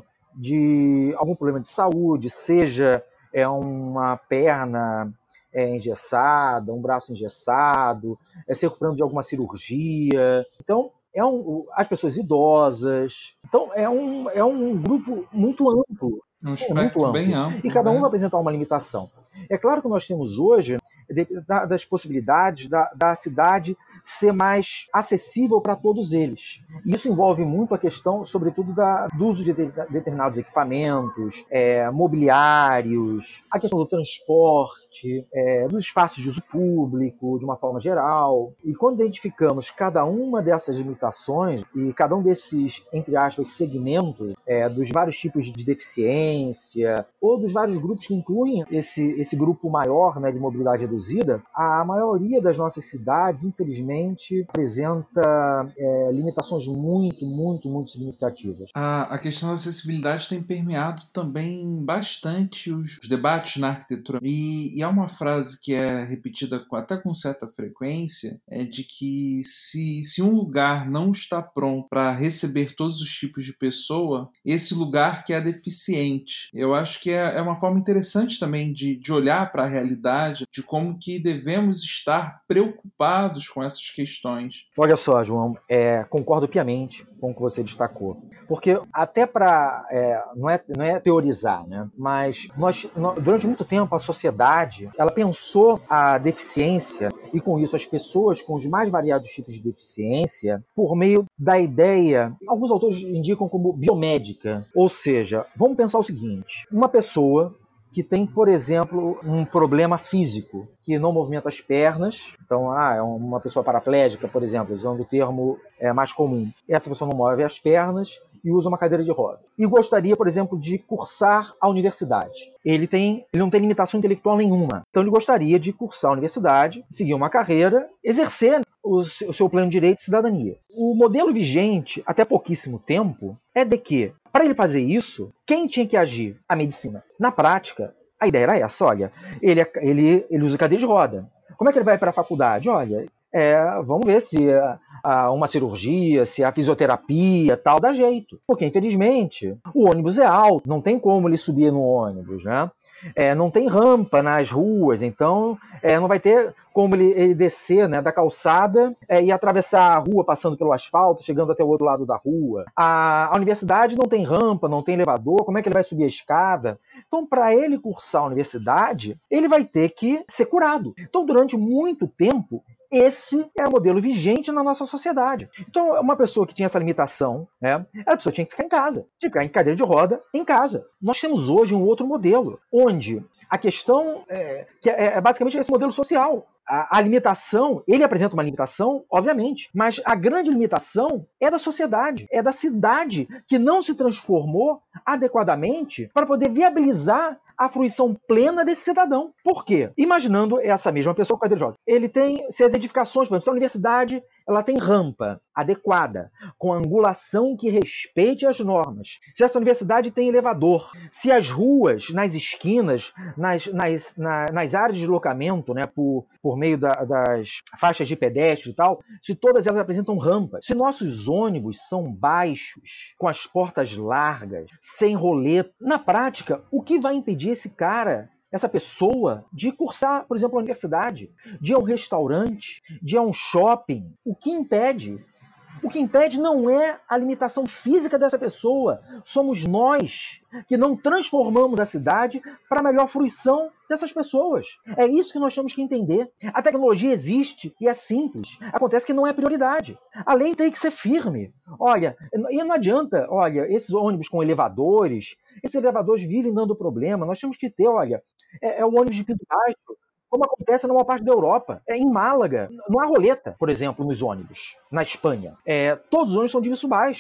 de algum problema de saúde, seja é, uma perna é, engessada, um braço engessado, é, se recuperando de alguma cirurgia. Então, é um, as pessoas idosas. Então, é um, é um grupo muito amplo. Um Sim, é muito espectro amplo. bem amplo, E cada um né? vai apresentar uma limitação. É claro que nós temos hoje das possibilidades da, da cidade ser mais acessível para todos eles. Isso envolve muito a questão, sobretudo, da, do uso de determinados equipamentos, é, mobiliários, a questão do transporte, é, dos espaços de uso público, de uma forma geral. E quando identificamos cada uma dessas limitações e cada um desses, entre aspas, segmentos é, dos vários tipos de deficiência ou dos vários grupos que incluem esse, esse grupo maior, né, de mobilidade reduzida, a maioria das nossas cidades, infelizmente, apresenta é, limitações muito, muito, muito significativas. A, a questão da acessibilidade tem permeado também bastante os, os debates na arquitetura. E, e há uma frase que é repetida com, até com certa frequência, é de que se, se um lugar não está pronto para receber todos os tipos de pessoa, esse lugar que é deficiente. Eu acho que é, é uma forma interessante também de, de olhar para a realidade, de como que devemos estar preocupados com essas questões. Olha só, João, é, concordo piamente com o que você destacou. Porque até para, é, não, é, não é teorizar, né? Mas nós, nós, durante muito tempo, a sociedade ela pensou a deficiência e, com isso, as pessoas com os mais variados tipos de deficiência por meio da ideia, alguns autores indicam como biomédica. Ou seja, vamos pensar o seguinte, uma pessoa que tem, por exemplo, um problema físico, que não movimenta as pernas. Então, ah, é uma pessoa paraplégica, por exemplo, usando o termo é, mais comum. Essa pessoa não move as pernas e usa uma cadeira de roda. E gostaria, por exemplo, de cursar a universidade. Ele, tem, ele não tem limitação intelectual nenhuma. Então, ele gostaria de cursar a universidade, seguir uma carreira, exercer o seu pleno direito de cidadania. O modelo vigente, até pouquíssimo tempo, é de que, para ele fazer isso, quem tinha que agir? A medicina. Na prática, a ideia era essa, olha, ele, ele, ele usa cadeira de roda. Como é que ele vai para a faculdade? Olha, é, vamos ver se a, uma cirurgia, se a fisioterapia, tal, dá jeito. Porque, infelizmente, o ônibus é alto, não tem como ele subir no ônibus, né? É, não tem rampa nas ruas, então é, não vai ter como ele, ele descer, né, da calçada é, e atravessar a rua passando pelo asfalto, chegando até o outro lado da rua. A, a universidade não tem rampa, não tem elevador, como é que ele vai subir a escada? Então, para ele cursar a universidade, ele vai ter que ser curado. Então, durante muito tempo, esse é o modelo vigente na nossa sociedade. Então, uma pessoa que tinha essa limitação, né, a pessoa tinha que ficar em casa, tinha que ficar em cadeira de roda em casa. Nós temos hoje um outro modelo, onde a questão é, que é, é basicamente esse modelo social. A, a limitação, ele apresenta uma limitação, obviamente, mas a grande limitação é da sociedade, é da cidade que não se transformou adequadamente para poder viabilizar a fruição plena desse cidadão. Por quê? Imaginando essa mesma pessoa com cadeira de rodas. Ele tem, se as edificações, por exemplo, se a universidade ela tem rampa adequada, com angulação que respeite as normas, se essa universidade tem elevador, se as ruas, nas esquinas, nas, nas, na, nas áreas de deslocamento, né, por, por meio da, das faixas de pedestre e tal, se todas elas apresentam rampas, se nossos ônibus são baixos, com as portas largas, sem roleta, na prática, o que vai impedir esse cara, essa pessoa, de cursar, por exemplo, a universidade, de ir a um restaurante, de ir a um shopping? O que impede? O que impede não é a limitação física dessa pessoa. Somos nós que não transformamos a cidade para a melhor fruição dessas pessoas. É isso que nós temos que entender. A tecnologia existe e é simples. Acontece que não é prioridade. A lei tem que ser firme. Olha, e não adianta, olha, esses ônibus com elevadores, esses elevadores vivem dando problema. Nós temos que ter, olha, é, é o ônibus de piso baixo, como acontece numa parte da Europa. É, em Málaga, não há roleta, por exemplo, nos ônibus. Na Espanha, é, todos os ônibus são de piso baixo.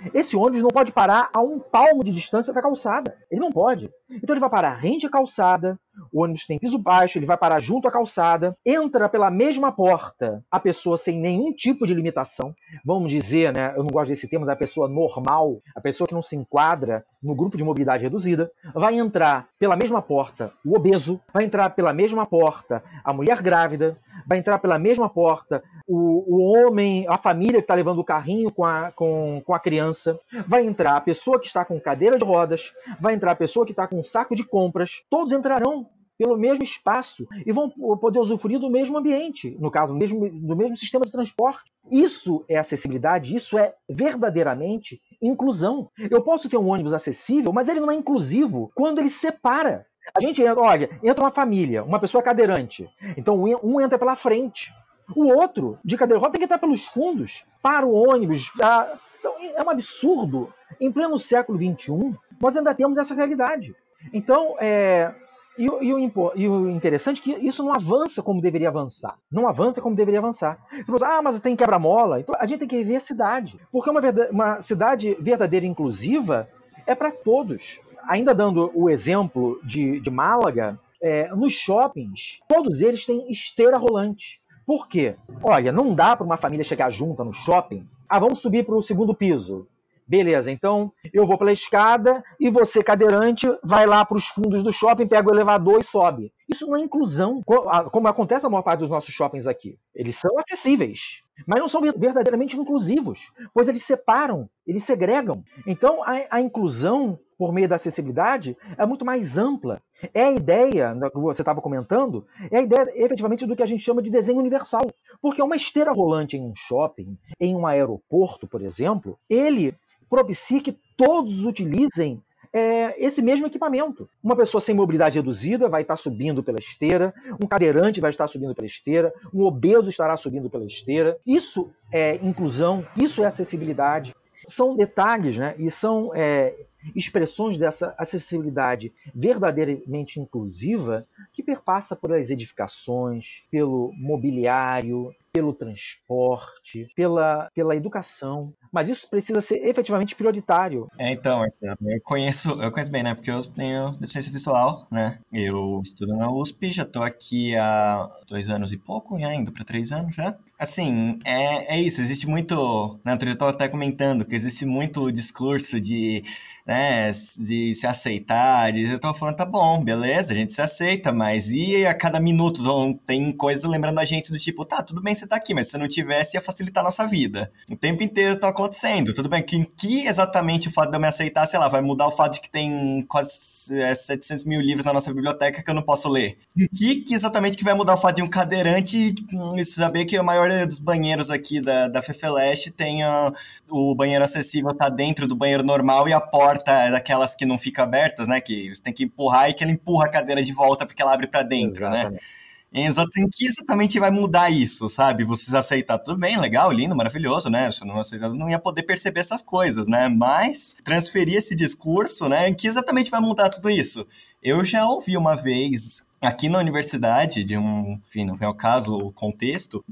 Esse ônibus não pode parar a um palmo de distância da calçada. Ele não pode. Então ele vai parar rente à calçada, o ônibus tem piso baixo, ele vai parar junto à calçada, entra pela mesma porta a pessoa sem nenhum tipo de limitação. Vamos dizer, né, eu não gosto desse termo, mas a pessoa normal, a pessoa que não se enquadra no grupo de mobilidade reduzida, vai entrar pela mesma porta o obeso, vai entrar pela mesma porta a mulher grávida, vai entrar pela mesma porta o, o homem, a família que está levando o carrinho com a, com, com a criança, vai entrar a pessoa que está com cadeira de rodas, vai entrar a pessoa que está com um saco de compras, todos entrarão pelo mesmo espaço e vão poder usufruir do mesmo ambiente, no caso, do mesmo, do mesmo sistema de transporte. Isso é acessibilidade, isso é verdadeiramente inclusão. Eu posso ter um ônibus acessível, mas ele não é inclusivo quando ele separa. A gente entra, olha, entra uma família, uma pessoa cadeirante, então um entra pela frente, o outro, de cadeira de roda, tem que entrar pelos fundos, para o ônibus. Pra... Então é um absurdo. Em pleno século vinte e um, nós ainda temos essa realidade. Então, é... E, e, o, e o interessante é que isso não avança como deveria avançar. Não avança como deveria avançar. Tipo, ah, mas tem quebra-mola. Então a gente tem que rever a cidade. Porque uma, verdade, uma cidade verdadeira e inclusiva é para todos. Ainda dando o exemplo de, de Málaga, é, nos shoppings, todos eles têm esteira rolante. Por quê? Olha, não dá para uma família chegar junta no shopping. Ah, vamos subir para o segundo piso. Beleza, então eu vou pela escada e você, cadeirante, vai lá para os fundos do shopping, pega o elevador e sobe. Isso não é inclusão, como acontece na maior parte dos nossos shoppings aqui. Eles são acessíveis, mas não são verdadeiramente inclusivos, pois eles separam, eles segregam. Então a, a inclusão, por meio da acessibilidade, é muito mais ampla. É a ideia, que você estava comentando, é a ideia efetivamente do que a gente chama de desenho universal. Porque uma esteira rolante em um shopping, em um aeroporto, por exemplo, ele propicia que todos utilizem é, esse mesmo equipamento. Uma pessoa sem mobilidade reduzida vai estar subindo pela esteira, um cadeirante vai estar subindo pela esteira, um obeso estará subindo pela esteira. Isso é inclusão, isso é acessibilidade. São detalhes, né? E são é, expressões dessa acessibilidade verdadeiramente inclusiva que perpassa pelas edificações, pelo mobiliário, pelo transporte, pela, pela educação. Mas isso precisa ser efetivamente prioritário. É, então, Marcelo, eu conheço, eu conheço bem, né? Porque eu tenho deficiência visual, né? Eu estudo na U S P, já tô aqui há dois anos e pouco, já indo para três anos já. Assim, é, é isso, existe muito, né, eu tô até comentando que existe muito discurso de, né, de se aceitar, de, eu tô falando, tá bom, beleza, a gente se aceita, mas e a cada minuto tem coisas lembrando a gente do tipo, tá, tudo bem você tá aqui, mas se você não tivesse ia facilitar a nossa vida. O tempo inteiro tá acontecendo, tudo bem, que, que exatamente o fato de eu me aceitar, sei lá, vai mudar o fato de que tem quase é, setecentos mil livros na nossa biblioteca que eu não posso ler? Que, que exatamente que vai mudar o fato de um cadeirante hum, saber que o maior dos banheiros aqui da, da Fefeleste tem uh, o banheiro acessível tá dentro do banheiro normal e a porta é daquelas que não ficam abertas, né? Que você tem que empurrar e que ela empurra a cadeira de volta porque ela abre pra dentro, exatamente, né? Em que exatamente vai mudar isso, sabe? Vocês aceitar, tudo bem, legal, lindo, maravilhoso, né? Se eu não aceitar, não ia poder perceber essas coisas, né? Mas transferir esse discurso, né? Em que exatamente vai mudar tudo isso? Eu já ouvi uma vez aqui na universidade, de um, enfim, não é o caso, o contexto,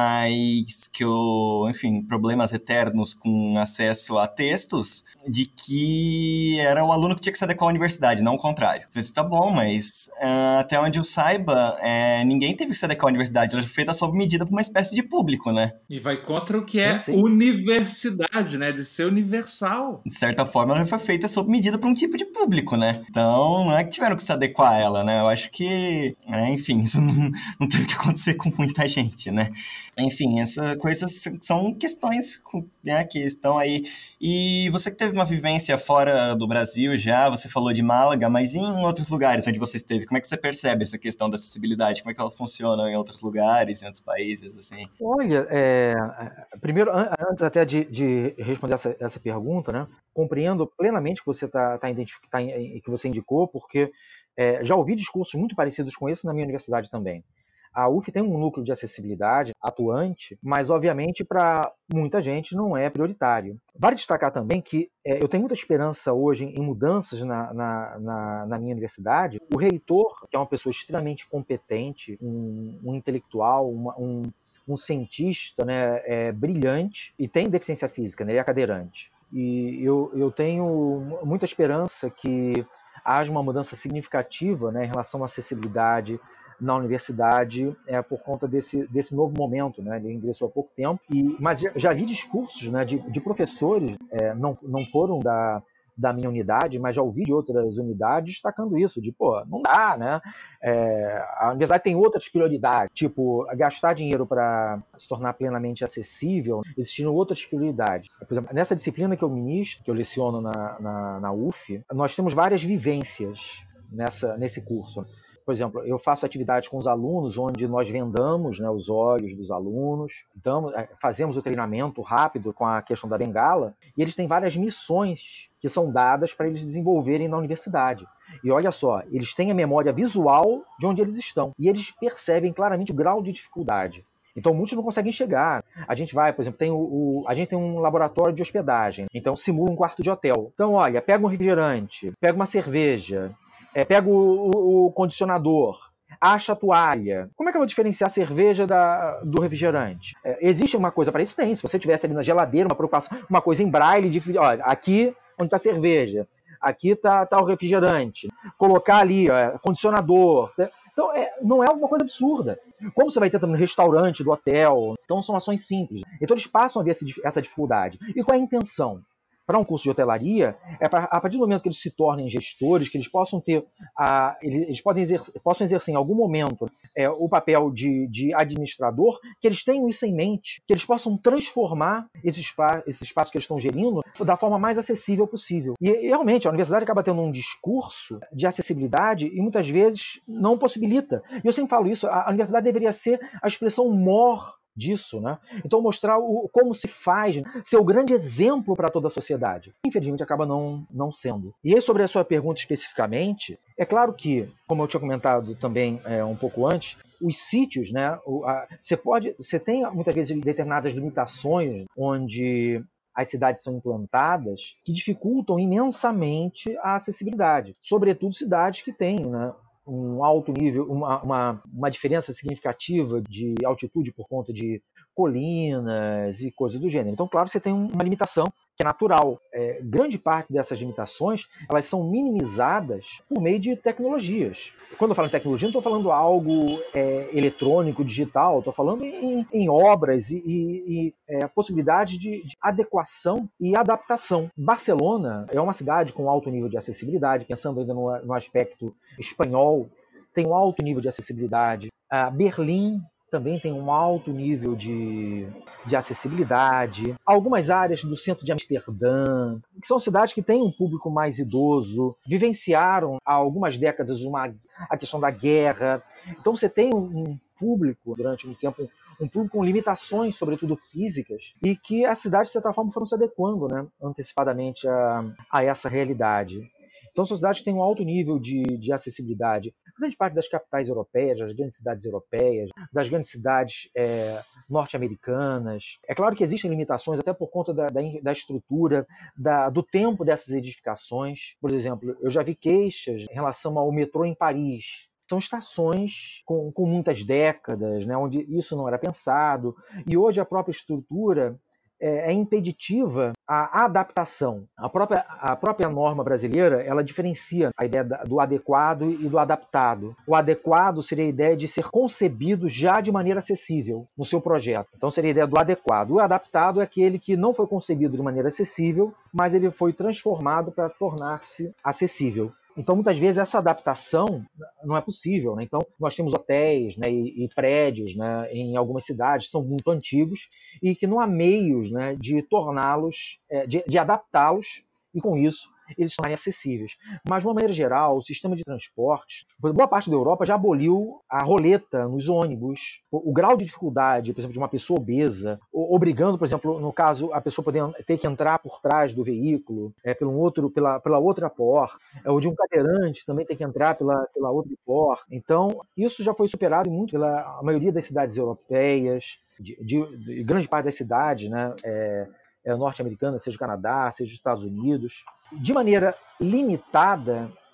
mas que o, enfim, problemas eternos com acesso a textos, de que era o aluno que tinha que se adequar à universidade, não o contrário. Eu falei, tá bom, mas uh, até onde eu saiba, é, ninguém teve que se adequar à universidade, ela foi feita sob medida por uma espécie de público, né? E vai contra o que é sim, sim. universidade, né? De ser universal. De certa forma, ela foi feita sob medida por um tipo de público, né? Então, não é que tiveram que se adequar a ela, né? Eu acho que É, enfim, isso não, não teve que acontecer com muita gente, né? Enfim, essas coisas são questões, né, que estão aí. E você que teve uma vivência fora do Brasil já, você falou de Málaga, mas em outros lugares onde você esteve, como é que você percebe essa questão da acessibilidade? Como é que ela funciona em outros lugares, em outros países, assim? Olha, é, primeiro, antes até de, de responder essa, essa pergunta, né, compreendo plenamente que você, tá, tá identific, tá, que você indicou, porque É, já ouvi discursos muito parecidos com esse na minha universidade também. A U F tem um núcleo de acessibilidade atuante, mas obviamente para muita gente não é prioritário. Vale destacar também que é, eu tenho muita esperança hoje em mudanças na, na, na, na minha universidade. O reitor, que é uma pessoa extremamente competente, um, um intelectual, uma, um, um cientista, né, é, brilhante, e tem deficiência física, né, ele é cadeirante. E eu, eu tenho muita esperança que haja uma mudança significativa, né, em relação à acessibilidade na universidade, é, por conta desse, desse novo momento, né? Ele ingressou há pouco tempo, e, mas já, já vi discursos, né, de, de professores, é, não, não foram da, da minha unidade, mas já ouvi de outras unidades destacando isso, de, pô, não dá, né? É, a universidade tem outras prioridades, tipo, gastar dinheiro para se tornar plenamente acessível, existindo outras prioridades. Por exemplo, nessa disciplina que eu ministro, que eu leciono na, na, na U F, nós temos várias vivências nessa, nesse curso. Por exemplo, eu faço atividades com os alunos onde nós vendamos, né, os olhos dos alunos, damos, fazemos o treinamento rápido com a questão da bengala, e eles têm várias missões que são dadas para eles desenvolverem na universidade. E olha só, eles têm a memória visual de onde eles estão, e eles percebem claramente o grau de dificuldade. Então, muitos não conseguem chegar. A gente vai, por exemplo, tem o, o, a gente tem um laboratório de hospedagem, então simula um quarto de hotel. Então, olha, pega um refrigerante, pega uma cerveja, É, pega o, o, o condicionador, acha a toalha. Como é que eu vou diferenciar a cerveja da, do refrigerante? É, existe uma coisa para isso? Tem. Se você tivesse ali na geladeira, uma preocupação, uma coisa em braille, de, olha, aqui onde está a cerveja, aqui está tá o refrigerante. Colocar ali, ó, condicionador. Então, é, não é uma coisa absurda. Como você vai ter também no restaurante do hotel. Então, são ações simples. Então, eles passam a ver essa dificuldade. E qual é a intenção? Para um curso de hotelaria, é pra, a partir do momento que eles se tornem gestores, que eles possam ter, a, eles podem exercer, possam exercer em algum momento é, o papel de, de administrador, que eles tenham isso em mente, que eles possam transformar esse espaço, esse espaço que eles estão gerindo da forma mais acessível possível. E, e realmente, a universidade acaba tendo um discurso de acessibilidade e muitas vezes não possibilita. E eu sempre falo isso, a, a universidade deveria ser a expressão maior disso, né? Então mostrar o, como se faz, ser o grande exemplo para toda a sociedade. Infelizmente acaba não, não sendo. E aí, sobre a sua pergunta especificamente, é claro que, como eu tinha comentado também é, um pouco antes, os sítios, né? O, a, você pode, você tem muitas vezes determinadas limitações onde as cidades são implantadas que dificultam imensamente a acessibilidade, sobretudo cidades que têm, né, um alto nível, uma, uma, uma diferença significativa de altitude por conta de colinas e coisas do gênero. Então, claro, você tem uma limitação que é natural. É, grande parte dessas limitações, elas são minimizadas por meio de tecnologias. Quando eu falo em tecnologia, não estou falando algo é, eletrônico, digital, estou falando em, em obras e, e, e é, possibilidade de, de adequação e adaptação. Barcelona é uma cidade com alto nível de acessibilidade, pensando ainda no, no aspecto espanhol, tem um alto nível de acessibilidade. Ah, Berlim também tem um alto nível de, de acessibilidade. Algumas áreas do centro de Amsterdã, que são cidades que têm um público mais idoso, vivenciaram há algumas décadas uma, a questão da guerra. Então você tem um público, durante um tempo, um público com limitações, sobretudo físicas, e que as cidades, de certa forma, foram se adequando, né, antecipadamente a, a essa realidade. Então, são cidades que têm um alto nível de, de acessibilidade. Grande parte das capitais europeias, das grandes cidades europeias, das grandes cidades é, norte-americanas. É claro que existem limitações, até por conta da, da, da estrutura, da, do tempo dessas edificações. Por exemplo, eu já vi queixas em relação ao metrô em Paris. São estações com, com muitas décadas, né, onde isso não era pensado. E hoje a própria estrutura é impeditiva a adaptação. A própria, a própria norma brasileira, ela diferencia a ideia do adequado e do adaptado. O adequado seria a ideia de ser concebido já de maneira acessível no seu projeto. Então seria a ideia do adequado. O adaptado é aquele que não foi concebido de maneira acessível, mas ele foi transformado para tornar-se acessível. Então, muitas vezes, essa adaptação não é possível, né? Então, nós temos hotéis, né, e, e prédios, né, em algumas cidades, que são muito antigos e que não há meios, né, de torná-los, de, de adaptá-los e, com isso, eles se tornarem acessíveis. Mas, de uma maneira geral, o sistema de transportes, boa parte da Europa já aboliu a roleta nos ônibus. O, o grau de dificuldade, por exemplo, de uma pessoa obesa, obrigando, por exemplo, no caso, a pessoa poder ter que entrar por trás do veículo, é, pelo outro, pela, pela outra porta, é, ou de um cadeirante também ter que entrar pela, pela outra porta. Então, isso já foi superado muito pela maioria das cidades europeias, de, de, de grande parte das cidades, né, é, é, norte-americanas, seja o Canadá, seja os Estados Unidos. De maneira limitada,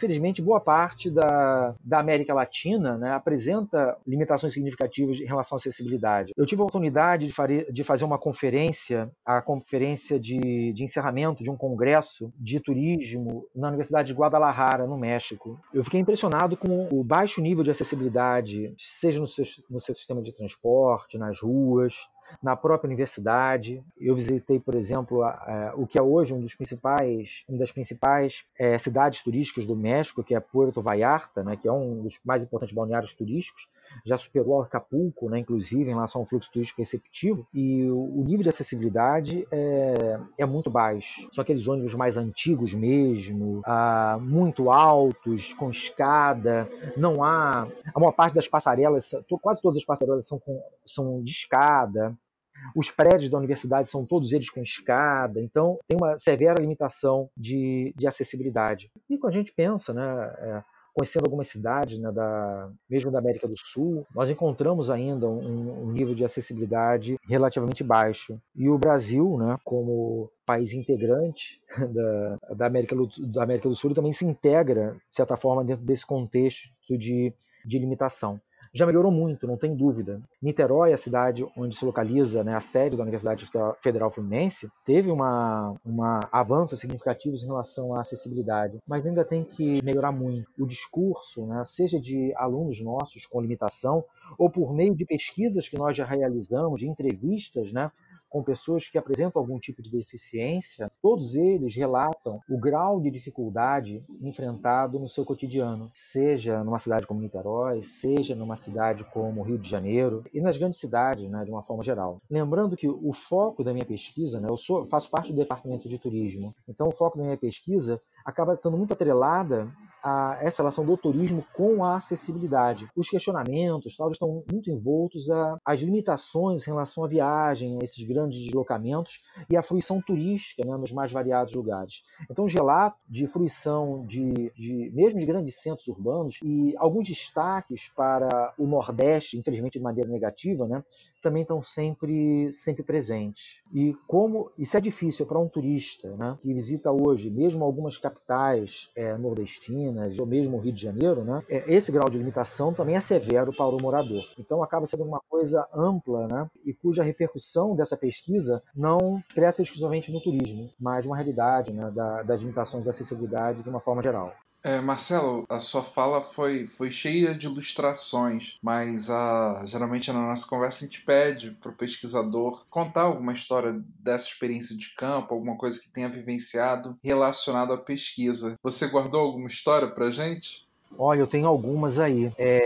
Felizmente, boa parte da, da América Latina, né, apresenta limitações significativas em relação à acessibilidade. Eu tive a oportunidade de, fare, de fazer uma conferência, a conferência de, de encerramento de um congresso de turismo na Universidade de Guadalajara, no México. Eu fiquei impressionado com o baixo nível de acessibilidade, seja no seu, no seu sistema de transporte, nas ruas, na própria universidade. Eu visitei, por exemplo, a, a, o que é hoje um dos principais, uma das principais é, cidades turísticas do México, que é Puerto Vallarta, né, que é um dos mais importantes balneários turísticos. Já superou Acapulco, né, inclusive, em relação ao fluxo turístico receptivo, e o, o nível de acessibilidade é, é muito baixo. São aqueles ônibus mais antigos mesmo, ah, muito altos, com escada, não há... A maior parte das passarelas, quase todas as passarelas são, com, são de escada. Os prédios da universidade são todos eles com escada, então tem uma severa limitação de, de acessibilidade. E quando a gente pensa, né, é, conhecendo algumas cidades, né, da, mesmo da América do Sul, nós encontramos ainda um, um nível de acessibilidade relativamente baixo. E o Brasil, né, como país integrante da, da, América, da América do Sul, também se integra, de certa forma, dentro desse contexto de, de limitação. Já melhorou muito, não tem dúvida. Niterói, a cidade onde se localiza, né, a sede da Universidade Federal Fluminense, teve uma, uma avanços significativos em relação à acessibilidade, mas ainda tem que melhorar muito. O discurso, né, seja de alunos nossos com limitação, ou por meio de pesquisas que nós já realizamos, de entrevistas, né, com pessoas que apresentam algum tipo de deficiência, todos eles relatam o grau de dificuldade enfrentado no seu cotidiano, seja numa cidade como Niterói, seja numa cidade como Rio de Janeiro e nas grandes cidades, né, de uma forma geral. Lembrando que o foco da minha pesquisa, né, eu sou, faço parte do departamento de turismo, então o foco da minha pesquisa acaba estando muito atrelada a essa relação do turismo com a acessibilidade. Os questionamentos tal, estão muito envoltos às limitações em relação à viagem, a esses grandes deslocamentos e à fruição turística, né, nos mais variados lugares. Então, os relatos de fruição de, de, mesmo de grandes centros urbanos e alguns destaques para o Nordeste, infelizmente de maneira negativa, né, também estão sempre, sempre presentes. E como isso é difícil para um turista, né, que visita hoje, mesmo algumas capitais é, nordestinas, ou mesmo o Rio de Janeiro, né, é, esse grau de limitação também é severo para o morador. Então acaba sendo uma coisa ampla, né, e cuja repercussão dessa pesquisa não cresce exclusivamente no turismo, mas uma realidade, né, da, das limitações da acessibilidade de uma forma geral. É, Marcelo, a sua fala foi, foi cheia de ilustrações, mas a, geralmente na nossa conversa a gente pede para o pesquisador contar alguma história dessa experiência de campo, alguma coisa que tenha vivenciado relacionado à pesquisa. Você guardou alguma história para a gente? Olha, eu tenho algumas aí. É...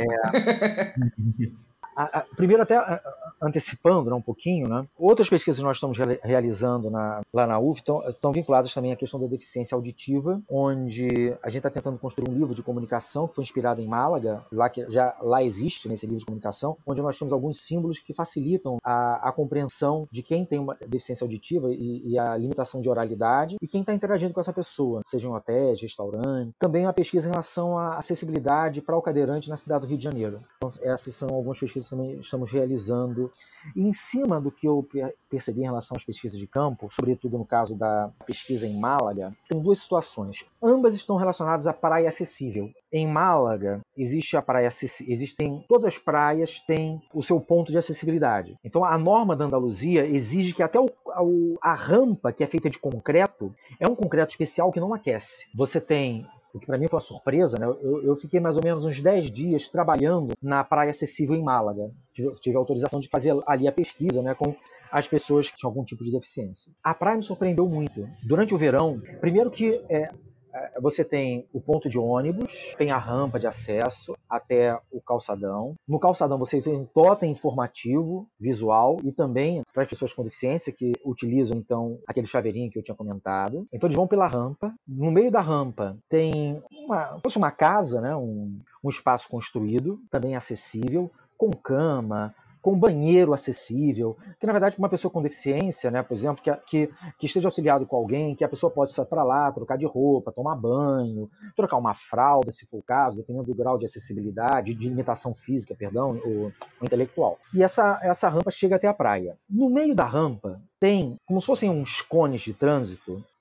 a, a, primeiro, até a, antecipando, né, um pouquinho, né? Outras pesquisas que nós estamos re- realizando na, lá na U F estão, estão vinculadas também à questão da deficiência auditiva, onde a gente está tentando construir um livro de comunicação que foi inspirado em Málaga, lá que já lá existe nesse livro de comunicação, onde nós temos alguns símbolos que facilitam a, a compreensão de quem tem uma deficiência auditiva e, e a limitação de oralidade e quem está interagindo com essa pessoa, seja em hotéis, restaurante. Também uma pesquisa em relação à acessibilidade para o cadeirante na cidade do Rio de Janeiro. Então, essas são algumas pesquisas que também estamos realizando. E em cima do que eu percebi em relação às pesquisas de campo, sobretudo no caso da pesquisa em Málaga, tem duas situações. Ambas estão relacionadas à praia acessível. Em Málaga, existe a praia acessível, existem, todas as praias têm o seu ponto de acessibilidade. Então, a norma da Andaluzia exige que até o, a, a rampa, que é feita de concreto, é um concreto especial que não aquece. Você tem... O que para mim foi uma surpresa, né? Eu, eu fiquei mais ou menos uns dez dias trabalhando na praia acessível em Málaga. Tive, tive autorização de fazer ali a pesquisa, né, com as pessoas que tinham algum tipo de deficiência. A praia me surpreendeu muito. Durante o verão, primeiro que é, você tem o ponto de ônibus, tem a rampa de acesso até o calçadão. No calçadão você tem um totem informativo, visual, e também para as pessoas com deficiência que utilizam então aquele chaveirinho que eu tinha comentado. Então eles vão pela rampa. No meio da rampa tem uma, fosse uma casa, né, um, um espaço construído, também acessível, com cama, com banheiro acessível, que na verdade uma pessoa com deficiência, né, por exemplo, que, que, que esteja auxiliado com alguém, que a pessoa pode sair para lá, trocar de roupa, tomar banho, trocar uma fralda, se for o caso, dependendo do grau de acessibilidade, de limitação física, perdão, ou, ou intelectual. E essa, essa rampa chega até a praia. No meio da rampa tem como se fossem uns cones de trânsito,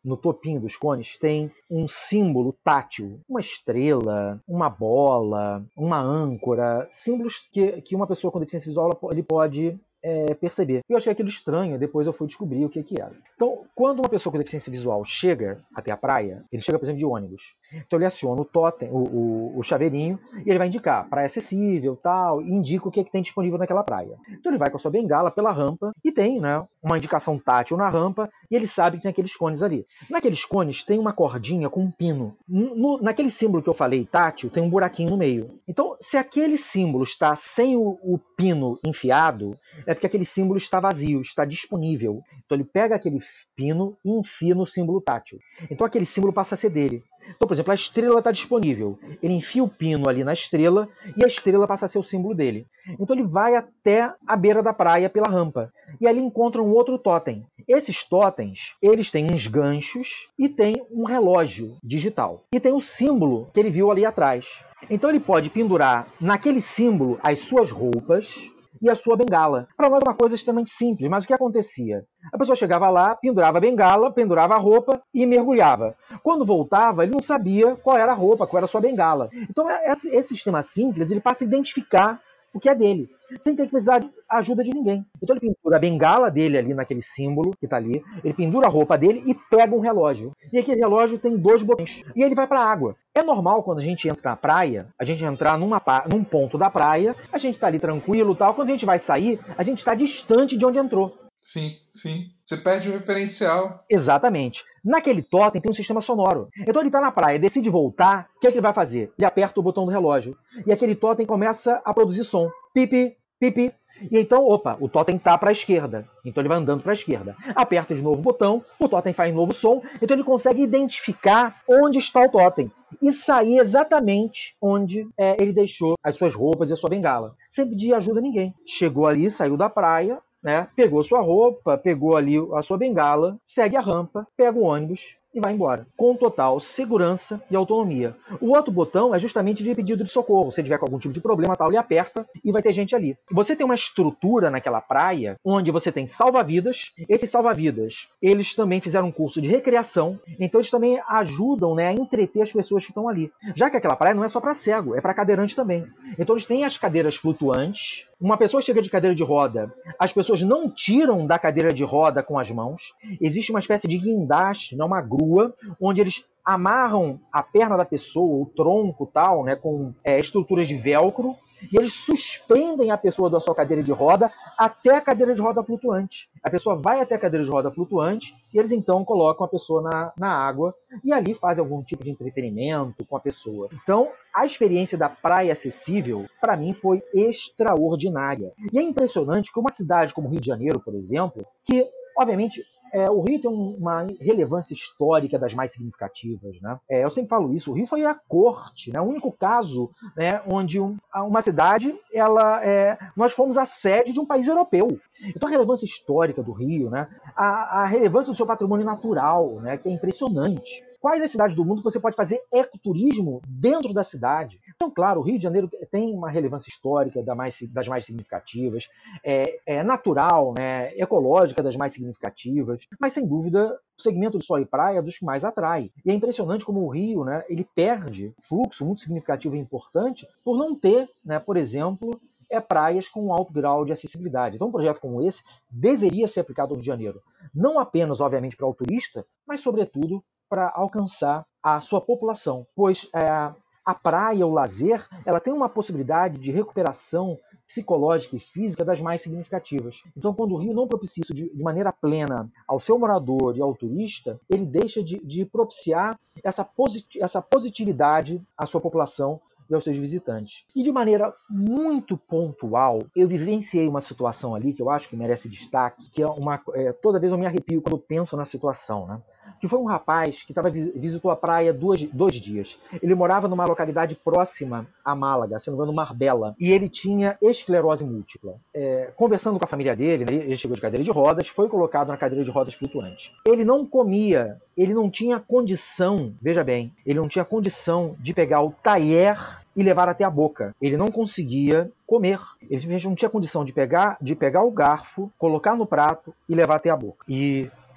no topinho dos cones, tem um símbolo tátil, uma estrela, uma bola, uma âncora, símbolos que, que uma pessoa com deficiência visual ele pode é, perceber. Eu achei aquilo estranho, depois eu fui descobrir o que, que era. Então, quando uma pessoa com deficiência visual chega até a praia, ele chega, por exemplo, de ônibus. Então ele aciona o totem, o, o, o chaveirinho, e ele vai indicar praia acessível, tal, e indica o que, é que tem disponível naquela praia. Então ele vai com a sua bengala pela rampa e tem, né, uma indicação tátil na rampa, e ele sabe que tem aqueles cones ali. Naqueles cones tem uma cordinha com um pino. No, naquele símbolo que eu falei, tátil, tem um buraquinho no meio. Então, se aquele símbolo está sem o, o pino enfiado, é porque aquele símbolo está vazio, está disponível. Então ele pega aquele pino e enfia no símbolo tátil. Então aquele símbolo passa a ser dele. Então, por exemplo, a estrela está disponível. Ele enfia o pino ali na estrela e a estrela passa a ser o símbolo dele. Então ele vai até a beira da praia pela rampa. E ali encontra um outro totem. Esses totens, eles têm uns ganchos e tem um relógio digital. E tem o símbolo que ele viu ali atrás. Então ele pode pendurar naquele símbolo as suas roupas e a sua bengala. Para nós é uma coisa extremamente simples, mas o que acontecia? A pessoa chegava lá, pendurava a bengala, pendurava a roupa e mergulhava. Quando voltava, ele não sabia qual era a roupa, qual era a sua bengala. Então esse, esse sistema simples, ele passa a identificar o que é dele, sem ter que precisar de ajuda de ninguém. Então ele pendura a bengala dele ali naquele símbolo que está ali, ele pendura a roupa dele e pega um relógio. E aquele relógio tem dois botões. E ele vai para a água. É normal quando a gente entra na praia, a gente entrar numa, num ponto da praia, a gente está ali tranquilo e tal. Quando a gente vai sair, a gente está distante de onde entrou. Sim, sim. Você perde o referencial. Exatamente. Naquele totem tem um sistema sonoro. Então ele está na praia, decide voltar, o que é que ele vai fazer? Ele aperta o botão do relógio. E aquele totem começa a produzir som. Pipi, pipi. E então, opa, o totem está para a esquerda. Então ele vai andando para a esquerda. Aperta de novo o botão, o totem faz novo som. Então ele consegue identificar onde está o totem. E sair exatamente onde é, ele deixou as suas roupas e a sua bengala. Sem pedir ajuda a ninguém. Chegou ali, saiu da praia, né? Pegou sua roupa, pegou ali a sua bengala, segue a rampa, pega o ônibus e vai embora, com total segurança e autonomia. O outro botão é justamente de pedido de socorro. Se tiver com algum tipo de problema, tal, ele aperta e vai ter gente ali. Você tem uma estrutura naquela praia onde você tem salva-vidas. Esses salva-vidas, eles também fizeram um curso de recreação, então eles também ajudam, né, a entreter as pessoas que estão ali. Já que aquela praia não é só para cego, é para cadeirante também. Então eles têm as cadeiras flutuantes. Uma pessoa chega de cadeira de roda, as pessoas não tiram da cadeira de roda com as mãos. Existe uma espécie de guindaste, né, uma grua, onde eles amarram a perna da pessoa, o tronco tal, né, com é, estruturas de velcro, e eles suspendem a pessoa da sua cadeira de roda até a cadeira de roda flutuante. A pessoa vai até a cadeira de roda flutuante e eles então colocam a pessoa na, na água e ali fazem algum tipo de entretenimento com a pessoa. Então, a experiência da praia acessível, para mim, foi extraordinária. E é impressionante que uma cidade como Rio de Janeiro, por exemplo, que, obviamente, É, o Rio tem uma relevância histórica das mais significativas, né? É, eu sempre falo isso, o Rio foi a corte, né? O único caso, né, onde um, uma cidade, ela, é, nós fomos a sede de um país europeu. Então a relevância histórica do Rio, né? a, a relevância do seu patrimônio natural, né, que é impressionante. Quais as cidades do mundo que você pode fazer ecoturismo dentro da cidade? Então, claro, o Rio de Janeiro tem uma relevância histórica das mais, das mais significativas, é, é natural, né, ecológica das mais significativas, mas, sem dúvida, o segmento de sol e praia é dos que mais atrai. E é impressionante como o Rio, né, ele perde fluxo muito significativo e importante por não ter, né, por exemplo, é praias com alto grau de acessibilidade. Então um projeto como esse deveria ser aplicado no Rio de Janeiro. Não apenas, obviamente, para o turista, mas, sobretudo, para alcançar a sua população. Pois é, a praia, o lazer, ela tem uma possibilidade de recuperação psicológica e física das mais significativas. Então, quando o Rio não propicia isso de, de maneira plena ao seu morador e ao turista, ele deixa de, de propiciar essa, posit- essa positividade à sua população e aos seus visitantes. E de maneira muito pontual, eu vivenciei uma situação ali que eu acho que merece destaque, que é uma... É, toda vez eu me arrepio quando penso na situação, né? Que foi um rapaz que tava, visitou a praia duas, dois dias. Ele morava numa localidade próxima a Málaga, se não me engano, Marbella, e ele tinha esclerose múltipla. É, conversando com a família dele, né, ele chegou de cadeira de rodas, foi colocado na cadeira de rodas flutuante. Ele não comia, ele não tinha condição, veja bem, ele não tinha condição de pegar o talher e levar até a boca. Ele não conseguia comer. Ele simplesmente não tinha condição de pegar, de pegar o garfo, colocar no prato e levar até a boca. E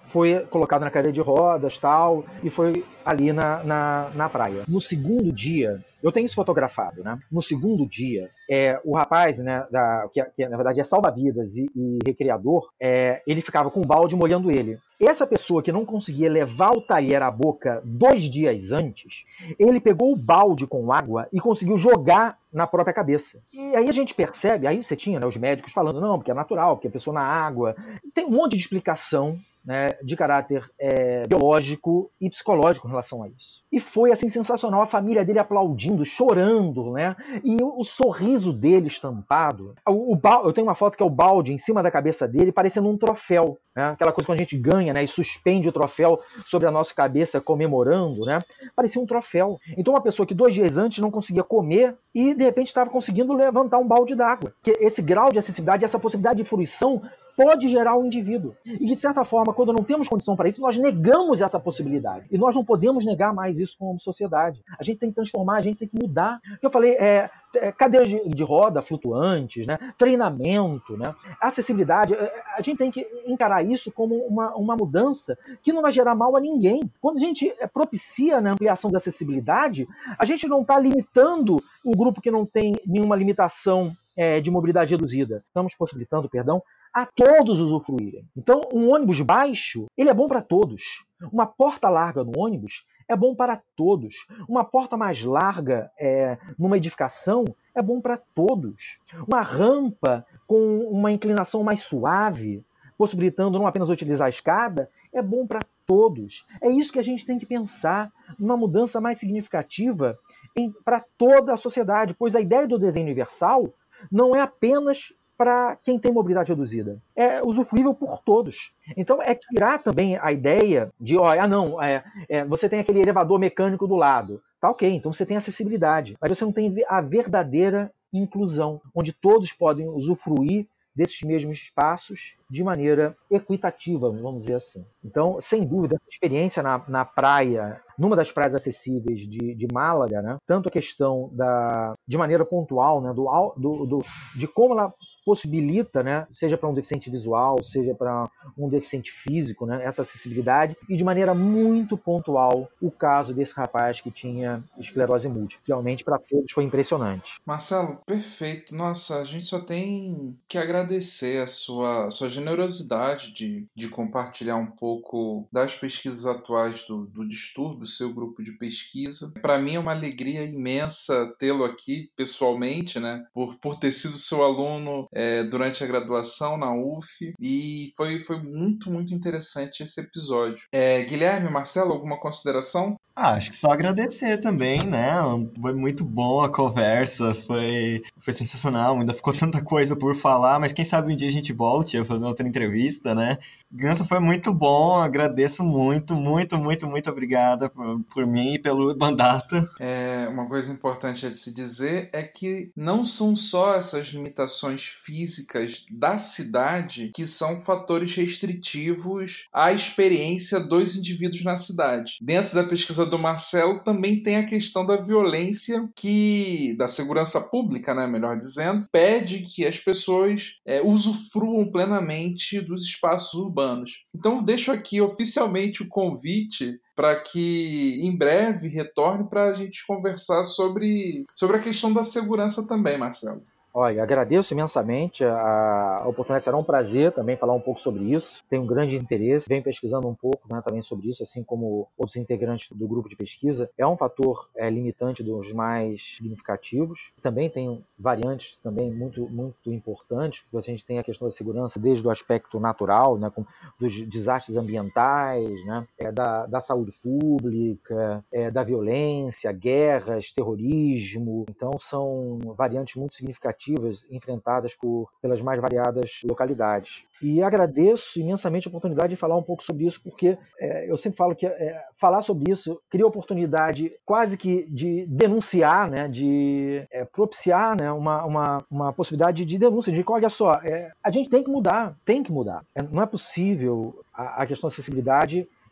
foi colocado na cadeira de rodas, tal, e foi ali na, na, na praia. No segundo dia, eu tenho isso fotografado, né? No segundo dia, é, o rapaz, né, da, que, que na verdade é salva-vidas e, e recreador, é, ele ficava com o balde molhando ele. Essa pessoa que não conseguia levar o talher à boca dois dias antes, ele pegou o balde com água e conseguiu jogar na própria cabeça. E aí a gente percebe, aí você tinha, né, os médicos falando, não, porque é natural, porque a pessoa na água. Tem um monte de explicação, né, de caráter é, biológico e psicológico em relação a isso. E foi assim sensacional, a família dele aplaudindo, chorando, né? E o, o sorriso dele estampado. O, o, eu tenho uma foto que é o balde em cima da cabeça dele, parecendo um troféu, né? Aquela coisa que a gente ganha, né, e suspende o troféu sobre a nossa cabeça comemorando, né? Parecia um troféu. Então uma pessoa que dois dias antes não conseguia comer e de repente estava conseguindo levantar um balde d'água. Que esse grau de acessibilidade, essa possibilidade de fruição pode gerar o indivíduo. E de certa forma, quando não temos condição para isso, nós negamos essa possibilidade. E nós não podemos negar mais isso como sociedade. A gente tem que transformar, a gente tem que mudar. Eu falei, é, é, cadeiras de, de roda flutuantes, né? Treinamento, né? Acessibilidade. A gente tem que encarar isso como uma, uma mudança que não vai gerar mal a ninguém. Quando a gente propicia, né, a ampliação da acessibilidade, a gente não está limitando o grupo que não tem nenhuma limitação é, de mobilidade reduzida. Estamos possibilitando, perdão, a todos usufruírem. Então, um ônibus baixo, ele é bom para todos. Uma porta larga no ônibus é bom para todos. Uma porta mais larga é, numa edificação é bom para todos. Uma rampa com uma inclinação mais suave, possibilitando não apenas utilizar a escada, é bom para todos. É isso que a gente tem que pensar, numa mudança mais significativa para toda a sociedade, pois a ideia do desenho universal não é apenas para quem tem mobilidade reduzida. É usufruível por todos. Então, é tirar também a ideia de, ó, ah, não, é, é, você tem aquele elevador mecânico do lado. Tá ok, então você tem acessibilidade, mas você não tem a verdadeira inclusão, onde todos podem usufruir desses mesmos espaços de maneira equitativa, vamos dizer assim. Então, sem dúvida, a experiência na, na praia, numa das praias acessíveis de, de Málaga, né, tanto a questão da, de maneira pontual, né, do, do, do, de como ela possibilita, né, seja para um deficiente visual, seja para um deficiente físico, né, essa acessibilidade, e de maneira muito pontual o caso desse rapaz que tinha esclerose múltipla. Realmente, para todos, foi impressionante. Marcelo, perfeito. Nossa, a gente só tem que agradecer a sua, a sua generosidade de, de compartilhar um pouco das pesquisas atuais do, do distúrbio, seu grupo de pesquisa. Para mim é uma alegria imensa tê-lo aqui pessoalmente, né, por, por ter sido seu aluno É, durante a graduação na U F, e foi, foi muito, muito interessante esse episódio. É, Guilherme, Marcelo, alguma consideração? Ah, acho que só agradecer também, né? Foi muito boa a conversa, foi, foi sensacional, ainda ficou tanta coisa por falar, mas quem sabe um dia a gente volte a fazer outra entrevista, né? Ganso, foi muito bom, agradeço muito, muito, muito, muito obrigada por, por mim e pelo Bandata. É, uma coisa importante de se dizer é que não são só essas limitações físicas da cidade que são fatores restritivos à experiência dos indivíduos na cidade. Dentro da pesquisa do Marcelo também tem a questão da violência, que da segurança pública, né, melhor dizendo, pede que as pessoas é, usufruam plenamente dos espaços urbanos. Então deixo aqui oficialmente o convite para que em breve retorne para a gente conversar sobre, sobre a questão da segurança também, Marcelo. Olha, agradeço imensamente a oportunidade, será um prazer também falar um pouco sobre isso. Tenho um grande interesse, venho pesquisando um pouco, né, também sobre isso, assim como outros integrantes do grupo de pesquisa. É um fator é, limitante dos mais significativos. Também tem variantes também muito, muito importantes, porque a gente tem a questão da segurança desde o aspecto natural, né, com, dos desastres ambientais, né, é, da, da saúde pública, é, da violência, guerras, terrorismo. Então são variantes muito significativas enfrentadas por, pelas mais variadas localidades. E agradeço imensamente a oportunidade de falar um pouco sobre isso, porque é, eu sempre falo que é, falar sobre isso cria oportunidade quase que de denunciar, né, de é, propiciar, né, uma, uma, uma possibilidade de denúncia, de que, olha só, é, a gente tem que mudar, tem que mudar. É, não é possível a, a questão da acessibilidade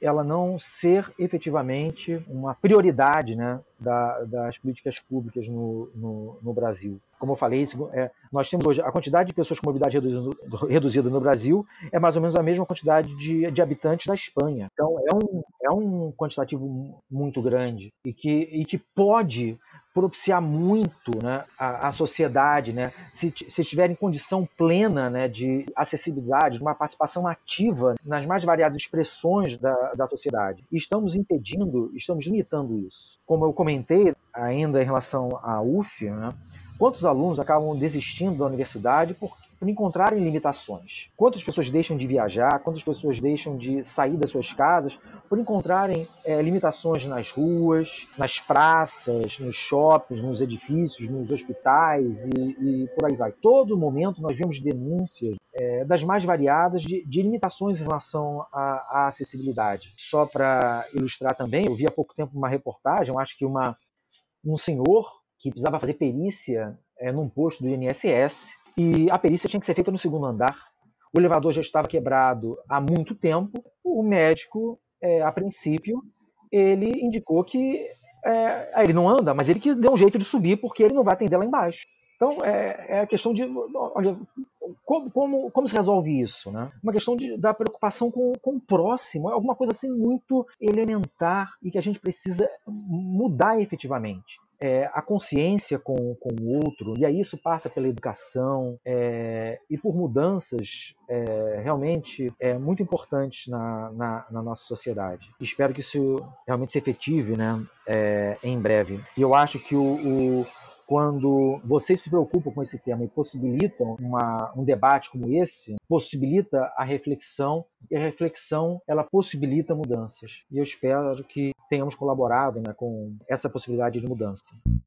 ela não ser efetivamente uma prioridade, né, da, das políticas públicas no, no, no Brasil. Como eu falei, é, nós temos hoje a quantidade de pessoas com mobilidade reduzida, reduzida no Brasil é mais ou menos a mesma quantidade de, de habitantes da Espanha. Então é um, é um quantitativo muito grande e que, e que pode propiciar muito, né, a, a sociedade, né, se, se estiver em condição plena, né, de acessibilidade, de uma participação ativa nas mais variadas expressões da, da sociedade. E estamos impedindo, estamos limitando isso. Como eu comentei ainda em relação à U F, né, quantos alunos acabam desistindo da universidade por, por encontrarem limitações? Quantas pessoas deixam de viajar? Quantas pessoas deixam de sair das suas casas por encontrarem é, limitações nas ruas, nas praças, nos shoppings, nos edifícios, nos hospitais e, e por aí vai. Todo momento nós vemos denúncias é, das mais variadas de, de limitações em relação à, à acessibilidade. Só para ilustrar também, eu vi há pouco tempo uma reportagem, eu acho que uma, um senhor que precisava fazer perícia é, num posto do I N S S, e a perícia tinha que ser feita no segundo andar. O elevador já estava quebrado há muito tempo. O médico, é, a princípio, ele indicou que é, ele não anda, mas ele que deu um jeito de subir, porque ele não vai atender lá embaixo. Então, é, é a questão de... Olha, como, como, como se resolve isso, né? Uma questão de, da preocupação com, com o próximo, alguma coisa assim muito elementar e que a gente precisa mudar efetivamente. É, a consciência com, com o outro, e aí isso passa pela educação é, e por mudanças é, realmente é, muito importantes na, na, na nossa sociedade. Espero que isso realmente se efetive, né, é, em breve. E eu acho que o, o quando vocês se preocupam com esse tema e possibilitam uma, um debate como esse, possibilita a reflexão, e a reflexão ela possibilita mudanças. E eu espero que tenhamos colaborado, né, com essa possibilidade de mudança.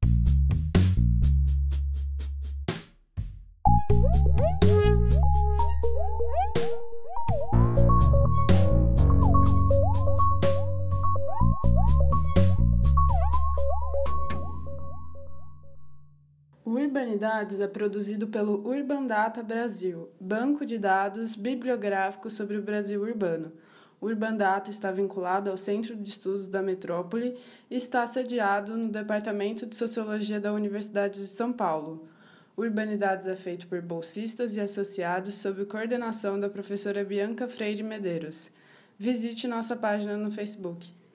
O Urbanidades é produzido pelo Urban Data Brasil, banco de dados bibliográfico sobre o Brasil urbano. O Urban Data está vinculado ao Centro de Estudos da Metrópole e está sediado no Departamento de Sociologia da Universidade de São Paulo. O Urbanidades é feito por bolsistas e associados sob coordenação da professora Bianca Freire Medeiros. Visite nossa página no Facebook.